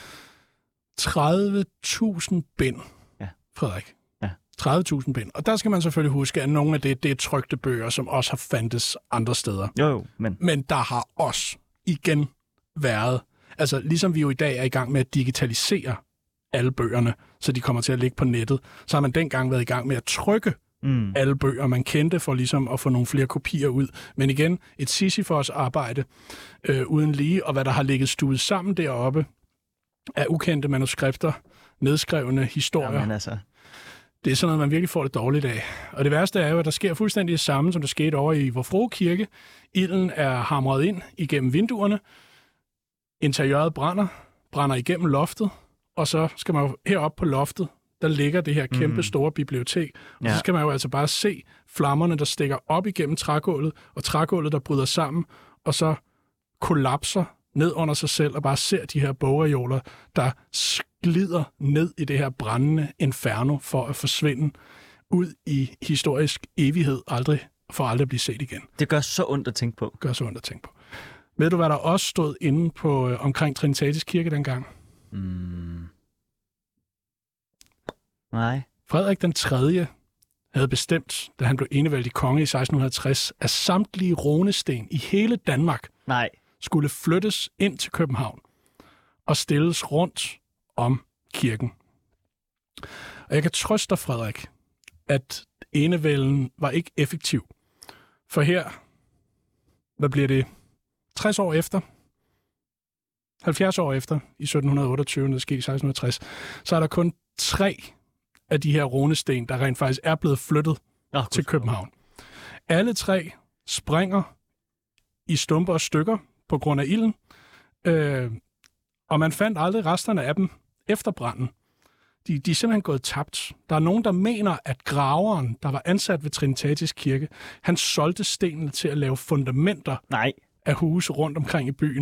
tredive tusind bind, ja. Frederik. Ja. tredive tusind bind. Og der skal man selvfølgelig huske, at nogle af det, det er trykte bøger, som også har fandtes andre steder. Jo, jo, men... Men der har også igen været, altså ligesom vi jo i dag er i gang med at digitalisere alle bøgerne, så de kommer til at ligge på nettet, så har man dengang været i gang med at trykke mm. alle bøger, man kendte, for ligesom at få nogle flere kopier ud. Men igen, et Sisyfos arbejde øh, uden lige, og hvad der har ligget stuet sammen deroppe af ukendte manuskripter, nedskrevne historier. Jamen, altså. Det er sådan noget, man virkelig får det dårligt af. Og det værste er jo, at der sker fuldstændig det samme, som der skete over i Vor Frue Kirke. Ilden er hamret ind igennem vinduerne. Interiøret brænder, brænder igennem loftet, og så skal man jo heroppe på loftet, der ligger det her kæmpe store bibliotek. Og ja. Så skal man jo altså bare se flammerne, der stikker op igennem trægulvet, og trægulvet, der bryder sammen, og så kollapser ned under sig selv, og bare ser de her bogreoler, der glider ned i det her brændende inferno for at forsvinde ud i historisk evighed, aldrig, for aldrig at blive set igen. Det gør så ondt at tænke på. Det gør så ondt at tænke på. Ved du, hvad der også stod inde på øh, omkring Trinitatis Kirke dengang? Mm. Nej. Frederik den tredje havde bestemt, da han blev enevældig konge i seksten halvtreds, at samtlige runesten i hele Danmark Nej. skulle flyttes ind til København og stilles rundt om kirken. Og jeg kan trøste dig, Frederik, at enevælden var ikke effektiv. For her, hvad bliver det, tres år efter, halvfjerds år efter, i sytten otteogtyve, når det skete i seksten tres, så er der kun tre af de her runesten, der rent faktisk er blevet flyttet oh, til København. Alle tre springer i stumper og stykker på grund af ilden, øh, og man fandt aldrig resterne af dem efter branden. De, de er simpelthen gået tabt. Der er nogen, der mener, at graveren, der var ansat ved Trinitatis Kirke, han solgte stenene til at lave fundamenter Nej. af huse rundt omkring i byen.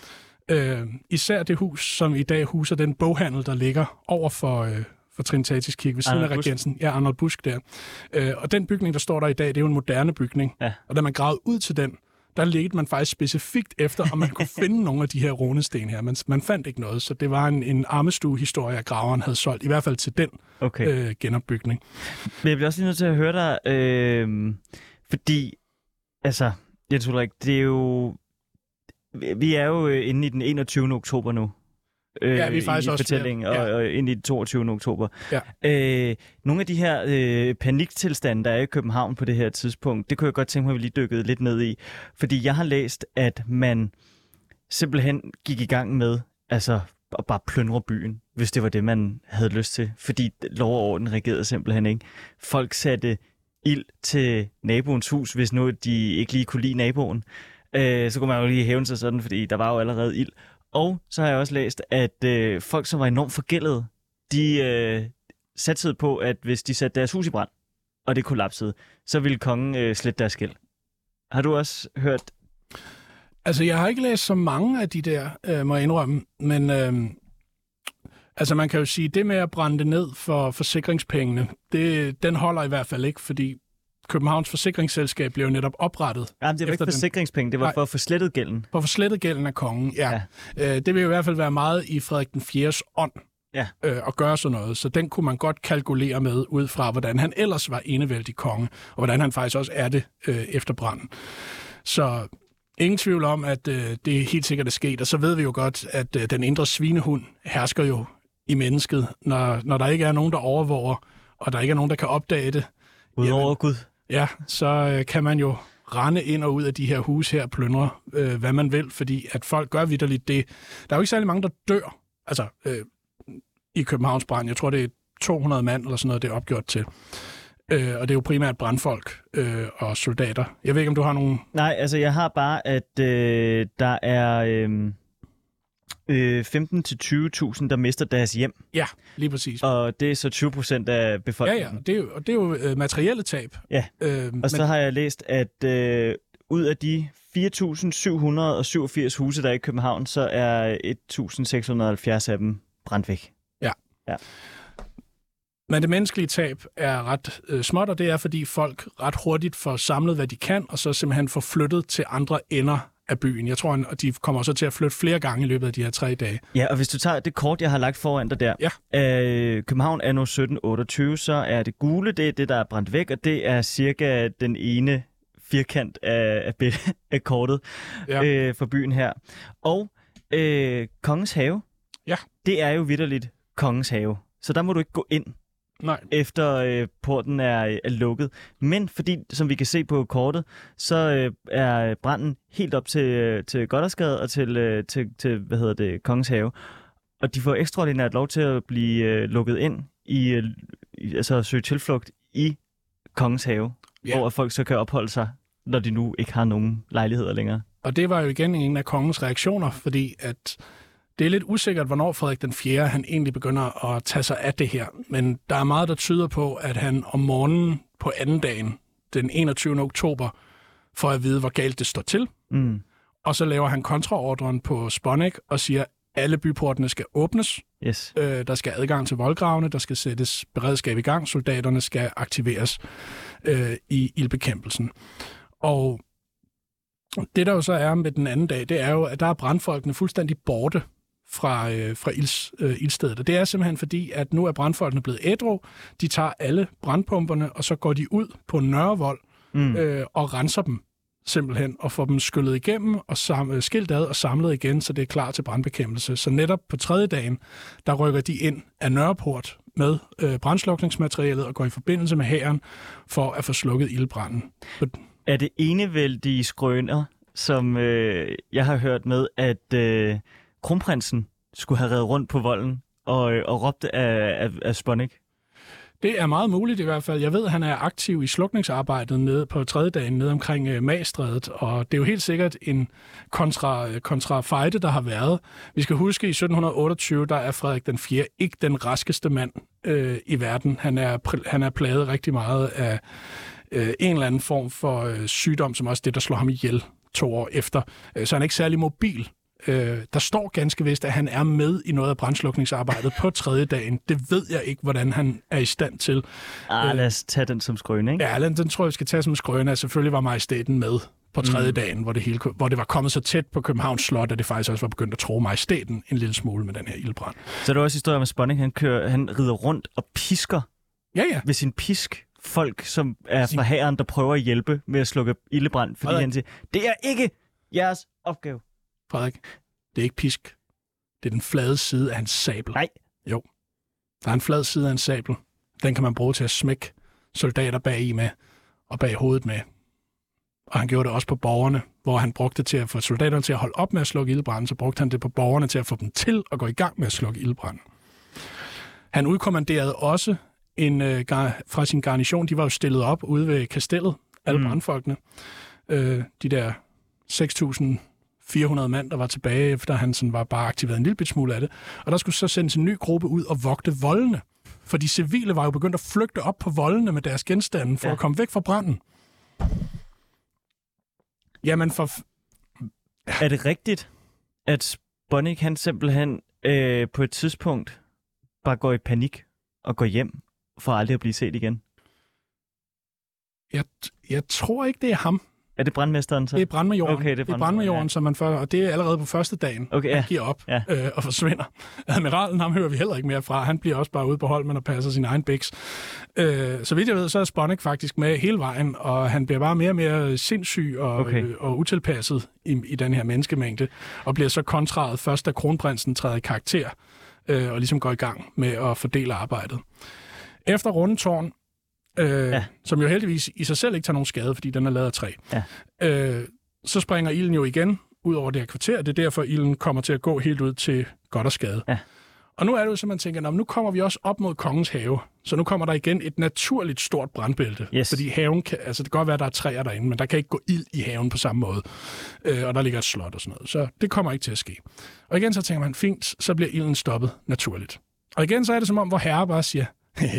Øh, især det hus, som i dag huser den boghandel, der ligger over for, øh, for Trinitatis Kirke ved siden af Regensen. Ja, Arnold Busk der. Øh, og den bygning, der står der i dag, det er jo en moderne bygning. Ja. Og da man gravede ud til den, der ledte man faktisk specifikt efter, om man kunne finde nogle af de her runesten her. Men man fandt ikke noget, så det var en, en armestue-historie, at graveren havde solgt, i hvert fald til den okay. øh, genopbygning. Men jeg bliver også lige nødt til at høre dig, øh, fordi, altså, Jens Ulrik, det er jo, vi er jo inde i den enogtyvende oktober nu. Øh, ja, vi er faktisk i også fortællingen, ja. og, og ind i den toogtyvende oktober. Ja. Øh, nogle af de her øh, paniktilstande, der er i København på det her tidspunkt, det kunne jeg godt tænke mig, at vi lige dykkede lidt ned i. Fordi jeg har læst, at man simpelthen gik i gang med altså, at bare plyndre byen, hvis det var det, man havde lyst til. Fordi lov og orden regerede simpelthen ikke. Folk satte ild til naboens hus, hvis nu de ikke lige kunne lide naboen. Øh, så kunne man jo lige hævne sig sådan, fordi der var jo allerede ild. Og så har jeg også læst, at øh, folk, som var enormt forgældede, de øh, satsede på, at hvis de satte deres hus i brand, og det kollapsede, så ville kongen øh, slette deres gæld. Har du også hørt? Altså, jeg har ikke læst så mange af de der, øh, må jeg indrømme, men øh, altså, man kan jo sige, det med at brænde det ned for forsikringspengene, det, den holder i hvert fald ikke, fordi Københavns Forsikringsselskab blev jo netop oprettet. Jamen, det var ikke forsikringspenge, det var Nej, for at få slettet gælden. For at få slettet gælden af kongen, ja. ja. Øh, det vil jo i hvert fald være meget i Frederik den fjerdes ånd ja. øh, at gøre sådan noget. Så den kunne man godt kalkulere med ud fra, hvordan han ellers var enevældig konge, og hvordan han faktisk også er det øh, efter branden. Så ingen tvivl om, at øh, det helt sikkert er sket. Og så ved vi jo godt, at øh, den indre svinehund hersker jo i mennesket, når, når der ikke er nogen, der overvåger, og der ikke er nogen, der kan opdage det. Udover Gud. Ja, så øh, kan man jo rende ind og ud af de her huse her og plyndre, øh, hvad man vil, fordi at folk gør vitterligt det. Der er jo ikke særlig mange, der dør altså, øh, i Københavns brand. Jeg tror, det er to hundrede mand eller sådan noget, det er opgjort til. Øh, og det er jo primært brandfolk øh, og soldater. Jeg ved ikke, om du har nogen... Nej, altså jeg har bare, at øh, der er... Øh... Øh, femten til tyve tusind, der mister deres hjem. Ja, lige præcis. Og det er så tyve procent af befolkningen. Ja, ja, det er jo, og det er jo øh, materielle tab. Ja, øh, og men... så har jeg læst, at øh, ud af de fire tusind syv hundrede og syvogfirs huse, der er i København, så er et tusind seks hundrede og halvfjerds af dem brændt væk. Ja. ja. Men det menneskelige tab er ret øh, småt, og det er, fordi folk ret hurtigt får samlet, hvad de kan, og så simpelthen får flyttet til andre ender af byen. Jeg tror, at de kommer så til at flytte flere gange i løbet af de her tre dage. Ja, og hvis du tager det kort, jeg har lagt foran dig der. Ja. Øh, København er nu sytten otteogtyve, så er det gule, det er det, der er brændt væk, og det er cirka den ene firkant af, af, af kortet ja. øh, for byen her. Og øh, Kongens Have, ja. det er jo vitterligt Kongens Have. Så der må du ikke gå ind. Nej. Efter øh, porten er, er lukket. Men fordi, som vi kan se på kortet, så øh, er branden helt op til, øh, til Gothersgade og til, øh, til, til, hvad hedder det, Kongens Have. Og de får ekstraordinært lov til at blive øh, lukket ind i, øh, altså søge tilflugt i Kongens Have, ja. Hvor folk så kan opholde sig, når de nu ikke har nogen lejligheder længere. Og det var jo igen en af kongens reaktioner, fordi at det er lidt usikkert, hvornår Frederik den fjerde han egentlig begynder at tage sig af det her. Men der er meget, der tyder på, at han om morgenen på anden dagen, den enogtyvende oktober, får at vide, hvor galt det står til. Mm. Og så laver han kontraordren på Sponneck og siger, at alle byportene skal åbnes. Yes. Øh, der skal adgang til voldgravene, der skal sættes beredskab i gang, soldaterne skal aktiveres øh, i ildbekæmpelsen. Og det, der jo så er med den anden dag, det er jo, at der er brandfolkene fuldstændig borte fra, øh, fra ilds, øh, ildstedet. Og det er simpelthen fordi, at nu er brandfolkene blevet ædru. De tager alle brandpumperne, og så går de ud på Nørrevold mm. øh, og renser dem simpelthen, og får dem skyllet igennem og sam- skilt ad og samlet igen, så det er klar til brandbekæmpelse. Så netop på tredje dagen, der rykker de ind af Nørreport med øh, brandslukningsmaterialet og går i forbindelse med hæren for at få slukket ildbranden. Er det enevældige skrøner, som øh, jeg har hørt med, at øh, kronprinsen skulle have reddet rundt på volden og, øh, og råbte af, af, af Sponneck? Det er meget muligt i hvert fald. Jeg ved, at han er aktiv i slukningsarbejdet nede på tredje dagen nede omkring uh, Magstrædet, og det er jo helt sikkert en kontra, kontra fejde, der har været. Vi skal huske, at i sytten otteogtyve, der er Frederik den fjerde ikke den raskeste mand øh, i verden. Han er, han er plaget rigtig meget af øh, en eller anden form for øh, sygdom, som også det, der slår ham ihjel to år efter. Så han er ikke særlig mobil. Øh, der står ganske vist, at han er med i noget af brandslukningsarbejdet på tredje dagen. Det ved jeg ikke, hvordan han er i stand til. Ah, øh, lad os tage den som skrøne, ikke? Ja, den, den tror jeg, vi skal tage som skrøne. Selvfølgelig var majestæten med på tredje mm. dagen, hvor det, hele, hvor det var kommet så tæt på Københavns Slot, at det faktisk også var begyndt at tro majestæten en lille smule med den her ildbrand. Så er der også historie om, at Sponning, han, kører, han rider rundt og pisker ja, ja. ved sin pisk folk, som er fra hæren, der prøver at hjælpe med at slukke ildebrand, fordi Frederik. Han siger, det er ikke jeres opgave. Frederik, det er ikke pisk. Det er den flade side af hans sabel. Nej. Jo. Der er en flad side af en sabel. Den kan man bruge til at smække soldater bag i med, og bag hovedet med. Og han gjorde det også på borgerne, hvor han brugte det til at få soldaterne til at holde op med at slukke ildbranden, så brugte han det på borgerne til at få dem til at gå i gang med at slukke ildbranden. Han udkommanderede også en, øh, fra sin garnison, de var jo stillet op ude ved kastellet, alle mm. brandfolkene. Øh, de der seks tusind fire hundrede mand, der var tilbage, efter han sådan var bare aktiveret en lille smule af det. Og der skulle så sendes en ny gruppe ud og vogte voldene. For de civile var jo begyndt at flygte op på voldene med deres genstande for ja. At komme væk fra branden. Jamen for... Er det rigtigt, at Bonnik, han simpelthen øh, på et tidspunkt bare går i panik og går hjem for aldrig at blive set igen? Jeg, jeg tror ikke, det er ham. Er det brandmesteren så? Det er brandmajoren. Okay, det er brandmajoren, brandmajoren ja. Som man før, og det er allerede på første dagen, okay, ja. Han giver op ja. øh, og forsvinder. Admiralen, ham hører vi heller ikke mere fra. Han bliver også bare ude på Holmen og passer sin egen biks. Øh, så vidt jeg ved, så er Sponnik faktisk med hele vejen, og han bliver bare mere og mere sindssyg og, okay. øh, og utilpasset i, i den her menneskemængde, og bliver så kontraret først, da kronprinsen træder i karakter, øh, og ligesom går i gang med at fordele arbejdet. Efter Rundetårn, Øh, ja. Som jo heldigvis i sig selv ikke tager nogen skade, fordi den er lavet af træ. Ja. Øh, så springer ilden jo igen ud over det her kvarter. Det er derfor, ilden kommer til at gå helt ud til godt og skade. Ja. Og nu er det jo så, man tænker, nu kommer vi også op mod Kongens Have. Så nu kommer der igen et naturligt stort brandbælte. Yes. Fordi haven kan, altså det kan godt være, at der er træer derinde, men der kan ikke gå ild i haven på samme måde. Øh, og der ligger et slot og sådan noget. Så det kommer ikke til at ske. Og igen så tænker man, fint, så bliver ilden stoppet naturligt. Og igen så er det som om, hvor herre bare siger,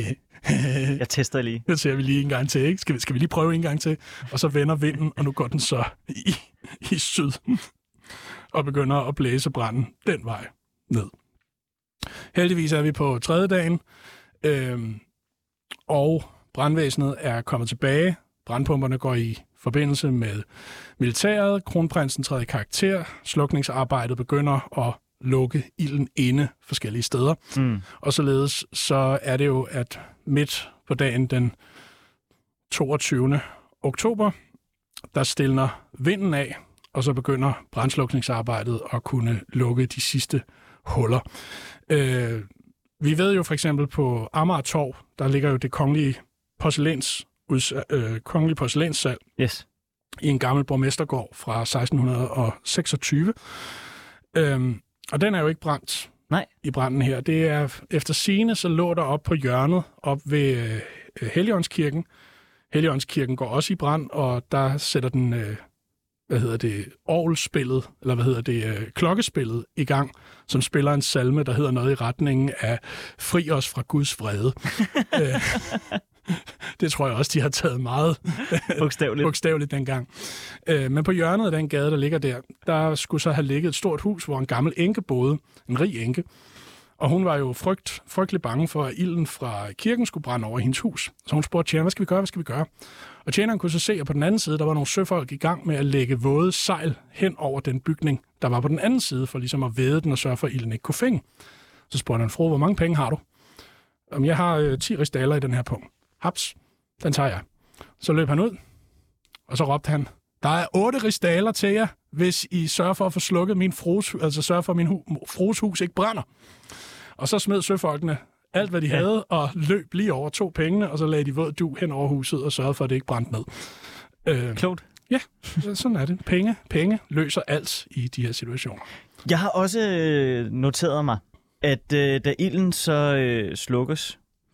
jeg tester lige. Det ser vi lige en gang til, ikke? Skal vi, skal vi lige prøve en gang til? Og så vender vinden, og nu går den så i, i syd. Og begynder at blæse branden den vej ned. Heldigvis er vi på tredje dagen. Øhm, og brandvæsenet er kommet tilbage. Brandpumperne går i forbindelse med militæret. Kronprinsen træder i karakter. Slukningsarbejdet begynder at lukke ilden inde forskellige steder. Mm. Og således så er det jo, at midt på dagen den toogtyvende oktober, der stilner vinden af, og så begynder brandslukningsarbejdet at kunne lukke de sidste huller. Øh, vi ved jo for eksempel på Amager Torv, der ligger jo det kongelige porcelæns, øh, kongelige porcelænssalg yes. i en gammel borgmestergård fra seksten seksogtyve. Øh, Og den er jo ikke brændt Nej. i branden her. Det er efter sigende, så lå der op på hjørnet, op ved øh, Helligåndskirken. Helligåndskirken går også i brand, og der sætter den, øh, hvad hedder det, orgelspillet, eller hvad hedder det, øh, klokkespillet i gang, som spiller en salme, der hedder noget i retningen af Fri os fra Guds vrede. Det tror jeg også, de har taget meget bogstaveligt. bogstaveligt dengang. Øh, men på hjørnet af den gade, der ligger der, der skulle så have ligget et stort hus, hvor en gammel enke boede, en rig enke. Og hun var jo frygt, frygtelig bange for, at ilden fra kirken skulle brænde over hendes hus. Så hun spurgte tjeneren, hvad skal vi gøre, hvad skal vi gøre? Og tjeneren kunne så se, at på den anden side, der var nogle søfolk i gang med at lægge våde sejl hen over den bygning, der var på den anden side, for ligesom at væde den og sørge for, at ilden ikke kunne fænge. Så spurgte han, fru, hvor mange penge har du? Om jeg har øh, ti rigsdaler i den her punkt. Haps, den tager jeg. Så løb han ud, og så råbte han, der er otte rigsdaler til jer, hvis I sørger for at få slukket min frus, altså sørger for, at min hu- frus hus ikke brænder. Og så smed søfolkene alt, hvad de ja. havde, og løb lige over to pengene, og så lagde de våd du hen over huset og sørgede for, at det ikke brændte ned. Øh, Klogt. Ja, sådan er det. Penge, penge løser alt i de her situationer. Jeg har også noteret mig, at øh, da ilden så øh, slukkes,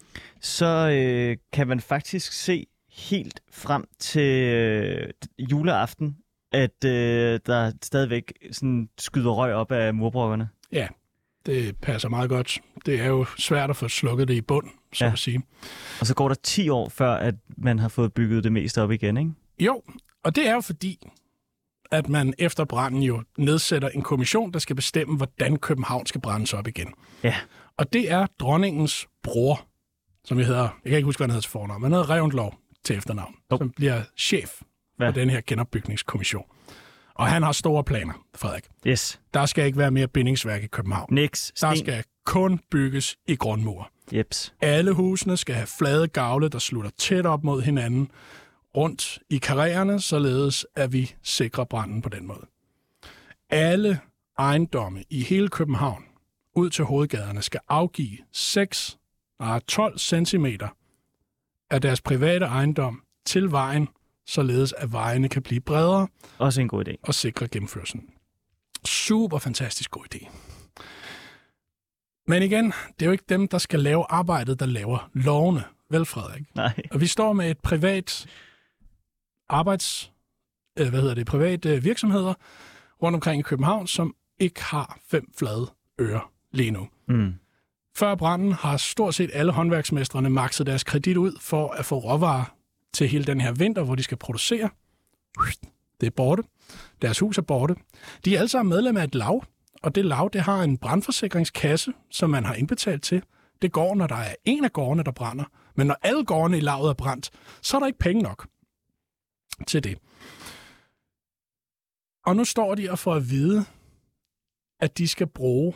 så øh, kan man faktisk se helt frem til øh, juleaften, at øh, der stadigvæk sådan skyder røg op af murbrokkerne. Ja, det passer meget godt. Det er jo svært at få slukket det i bund, så ja. at sige. Og så går der ti år, før at man har fået bygget det meste op igen, ikke? Jo, og det er jo fordi, at man efter branden jo nedsætter en kommission, der skal bestemme, hvordan København skal brændes op igen. Ja. Og det er dronningens bror, som jeg hedder, jeg kan ikke huske, hvad han hedder til fornavn, men han hedder Reventlow til efternavn, oh. som bliver chef ja. for den her genopbygningskommission. Og han har store planer, Frederik. Yes. Der skal ikke være mere bindingsværk i København. Nix. Der skal kun bygges i grundmur. Jeps. Alle husene skal have flade gavle, der slutter tæt op mod hinanden, rundt i karriererne, således at vi sikrer branden på den måde. Alle ejendomme i hele København, ud til hovedgaderne, skal afgive seks og tolv centimeter af deres private ejendom til vejen, således at vejene kan blive bredere. Også en god idé. Og sikre gennemførelsen. Super fantastisk god idé. Men igen, det er jo ikke dem, der skal lave arbejdet, der laver lovene. Vel, Frederik? Nej. Og vi står med et privat arbejds... Øh, hvad hedder det? Private øh, virksomheder rundt omkring i København, som ikke har fem flade ører lige nu. Mm. Før branden har stort set alle håndværksmestrene makset deres kredit ud for at få råvarer til hele den her vinter, hvor de skal producere. Det er borte. Deres hus er borte. De er alle sammen medlem af et lav, og det lav, det har en brandforsikringskasse, som man har indbetalt til. Det går, når der er en af gårdene, der brænder. Men når alle gårdene i lavet er brændt, så er der ikke penge nok til det. Og nu står de og får at vide, at de skal bruge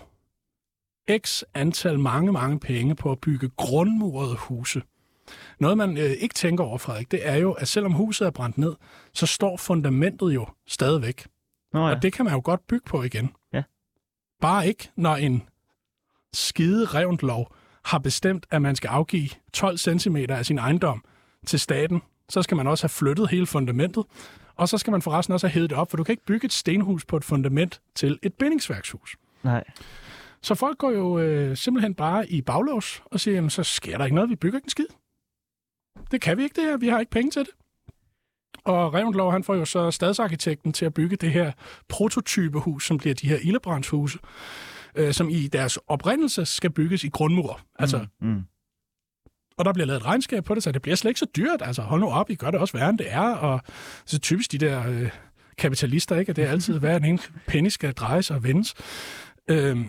x antal mange, mange penge på at bygge grundmurede huse. Noget, man øh, ikke tænker over, Frederik, det er jo, at selvom huset er brændt ned, så står fundamentet jo stadigvæk. Nå ja. Og det kan man jo godt bygge på igen. Ja. Bare ikke, når en skide Reventlow har bestemt, at man skal afgive tolv centimeter af sin ejendom til staten. Så skal man også have flyttet hele fundamentet, og så skal man forresten også have hævet det op, for du kan ikke bygge et stenhus på et fundament til et bindingsværkshus. Nej. Så folk går jo øh, simpelthen bare i baglås og siger, jamen, så sker der ikke noget, vi bygger ikke en skid. Det kan vi ikke, det her. Vi har ikke penge til det. Og Reventlow, han får jo så stadsarkitekten til at bygge det her prototypehus, som bliver de her ildebrandshuse, øh, som i deres oprindelse skal bygges i grundmur. Altså, mm, mm. Og der bliver lavet et regnskab på det, så det bliver slet ikke så dyrt. Altså, hold nu op, I gør det også værre, end det er. Og så typisk de der øh, kapitalister, ikke? At det er altid værre, end en penny skal drejes og vendes. Øh,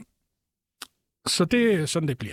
så det er sådan, det bliver.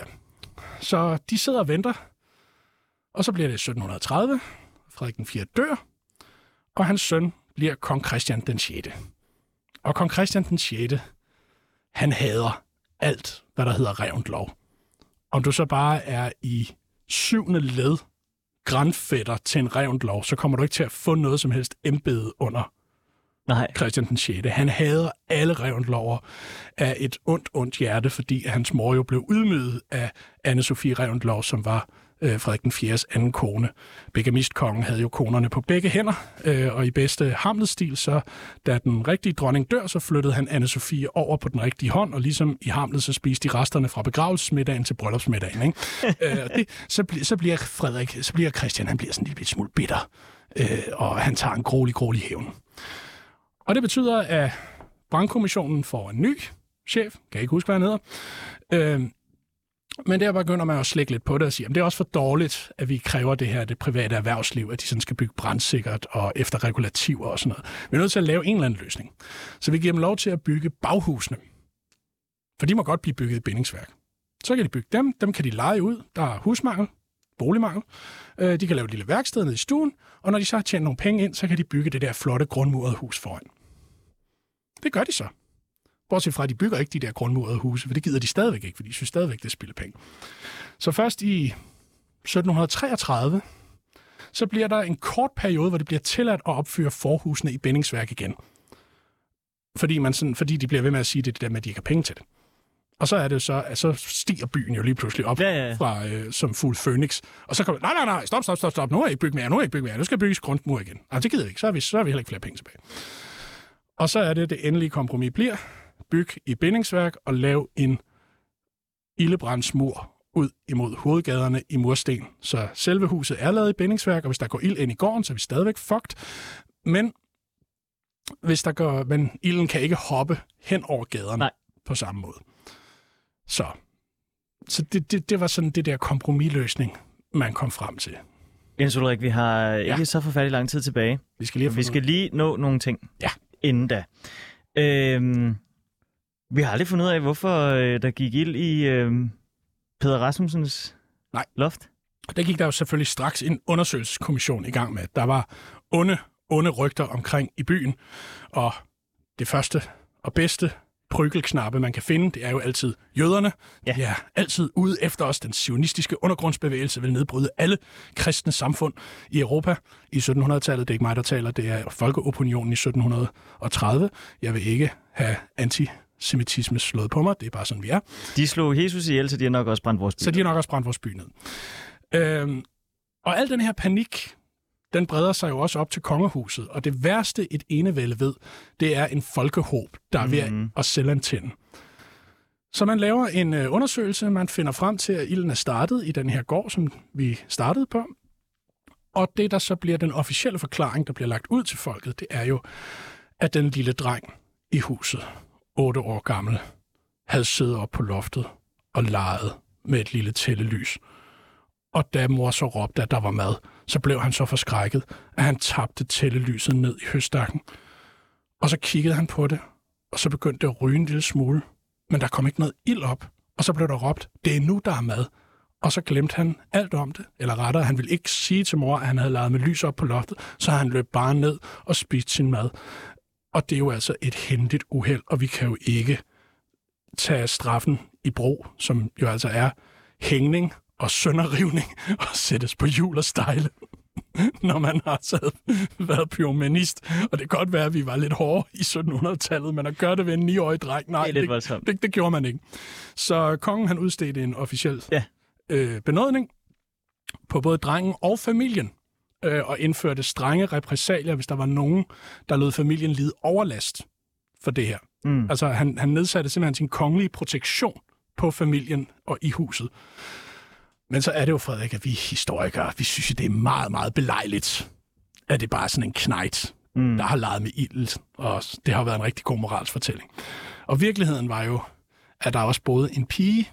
Så de sidder og venter. Og så bliver det sytten tredive. Frederik den fjerde dør. Og hans søn bliver kong Christian den sjette. Og kong Christian den sjette, han hader alt, hvad der hedder Reventlow. Om du så bare er i syvende led grandfætter til en Reventlow, så kommer du ikke til at få noget som helst embede under Nej. Christian den sjette. Han hader alle Reventlower af et ondt, ondt hjerte, fordi hans mor jo blev ydmyget af Anne-Sophie Reventlow, som var øh, Frederik den fjerdes anden kone. Bigamistkongen havde jo konerne på begge hænder, øh, og i bedste Hamlet-stil, så da den rigtige dronning dør, så flyttede han Anne-Sophie over på den rigtige hånd, og ligesom i Hamlet, så spiste de resterne fra begravelsesmiddagen til bryllupsmiddagen. Ikke? øh, det, så, bl- så bliver Frederik, så bliver Christian, han bliver sådan en lille smule bitter, øh, og han tager en grålig, grålig hævn. Og det betyder, at brandkommissionen får en ny chef, kan jeg ikke huske, hvad han hedder. Øh, men der begynder man at slække lidt på det og sige, at det er også for dårligt, at vi kræver det her, det private erhvervsliv, at de sådan skal bygge brandsikkert og efter regulativer og sådan noget. Vi er nødt til at lave en eller anden løsning. Så vi giver dem lov til at bygge baghusene. For de må godt blive bygget i bindingsværk. Så kan de bygge dem, dem kan de leje ud. Der er husmangel, boligmangel. Øh, de kan lave et lille værksted nede i stuen, og når de så har tjent nogle penge ind, så kan de bygge det der flotte grundmurede hus foran. Det gør de så. Bortset fra, at de bygger ikke de der grundmurede huse, for det gider de stadigvæk ikke, for de synes stadigvæk, det spilder penge. Så først i sytten treogtredive, så bliver der en kort periode, hvor det bliver tilladt at opføre forhusene i bindingsværk igen. Fordi, man sådan, fordi de bliver ved med at sige det, det der med, at de ikke har penge til det. Og så er det så, at så stiger byen jo lige pludselig op ja, ja, ja. Fra, øh, som fuld Phoenix. Og så kommer nej, nej, nej, stop, stop, stop, stop. Nu har I ikke bygget mere, nu har I ikke bygget mere. Nu skal bygges grundmur igen. Altså, det gider vi ikke. Så har vi, så har vi heller ikke flere penge tilbage. Og så er det, det endelige kompromis bliver, byg i bindingsværk og lav en ildebrandsmur ud imod hovedgaderne i mursten. Så selve huset er lavet i bindingsværk, og hvis der går ild ind i gården, så er vi stadigvæk fucked. Men hvis der går, men ilden kan ikke hoppe hen over gaderne Nej. på samme måde. Så, så det, det, det var sådan det der kompromisløsning, man kom frem til. Jens Ulrik, vi har ikke ja. så forfærdelig lang tid tilbage. Vi skal lige, vi skal lige nå nogle ting ja. inden da. Øhm, vi har aldrig fundet ud af, hvorfor øh, der gik ild i øh, Peder Rasmussens Nej. loft. Der gik der jo selvfølgelig straks en undersøgelseskommission i gang med. Der var onde, onde rygter omkring i byen, og det første og bedste prygelknappe, man kan finde, det er jo altid jøderne. Ja. De er altid ude efter os. Den zionistiske undergrundsbevægelse vil nedbryde alle kristne samfund i Europa i sytten hundrede-tallet. Det er ikke mig, der taler. Det er folkeopinionen i sytten tredive. Jeg vil ikke have antisemitisme slået på mig. Det er bare sådan, vi er. De slog Jesus ihjel, så de har nok også brændt vores by. Så de har nok også brændt vores by ned. Øhm, og al den her panik, den breder sig jo også op til kongehuset, og det værste et enevælde ved, det er en folkehåb, der er ved mm-hmm. at selvantænde. Så man laver en øh, undersøgelse, man finder frem til, at ilden er startet i den her gård, som vi startede på. Og det, der så bliver den officielle forklaring, der bliver lagt ud til folket, det er jo, at den lille dreng i huset, otte år gammel, havde siddet op på loftet og leget med et lille tællelys. Og da mor så råbte, at der var mad, så blev han så forskrækket, at han tabte tællelyset ned i høstakken. Og så kiggede han på det, og så begyndte det at ryge en lille smule. Men der kom ikke noget ild op, og så blev der råbt, det er nu, der er mad. Og så glemte han alt om det, eller rettere, han ville ikke sige til mor, at han havde leget med lys op på loftet, så han løb bare ned og spiste sin mad. Og det er jo altså et hændigt uheld, og vi kan jo ikke tage straffen i brug, som jo altså er hængning og sønderrivning og sættes på hjul og stejle, når man har taget, været pyromanist. Og det kan godt være, at vi var lidt hårde i sytten hundrede-tallet, men at gøre det ved en niårig dreng, nej, det, det, det, det gjorde man ikke. Så kongen han udstedte en officiel ja. øh, benådning på både drengen og familien, øh, og indførte strenge repressalier, hvis der var nogen, der lod familien lide overlast for det her. Mm. Altså han, han nedsatte simpelthen sin kongelige protektion på familien og i huset. Men så er det jo, Frederik, at vi historikere, vi synes, at det er meget, meget belejligt, at det bare er sådan en knejt, mm. der har leget med ild, og det har været en rigtig god moralsfortælling. Og virkeligheden var jo, at der også boede en pige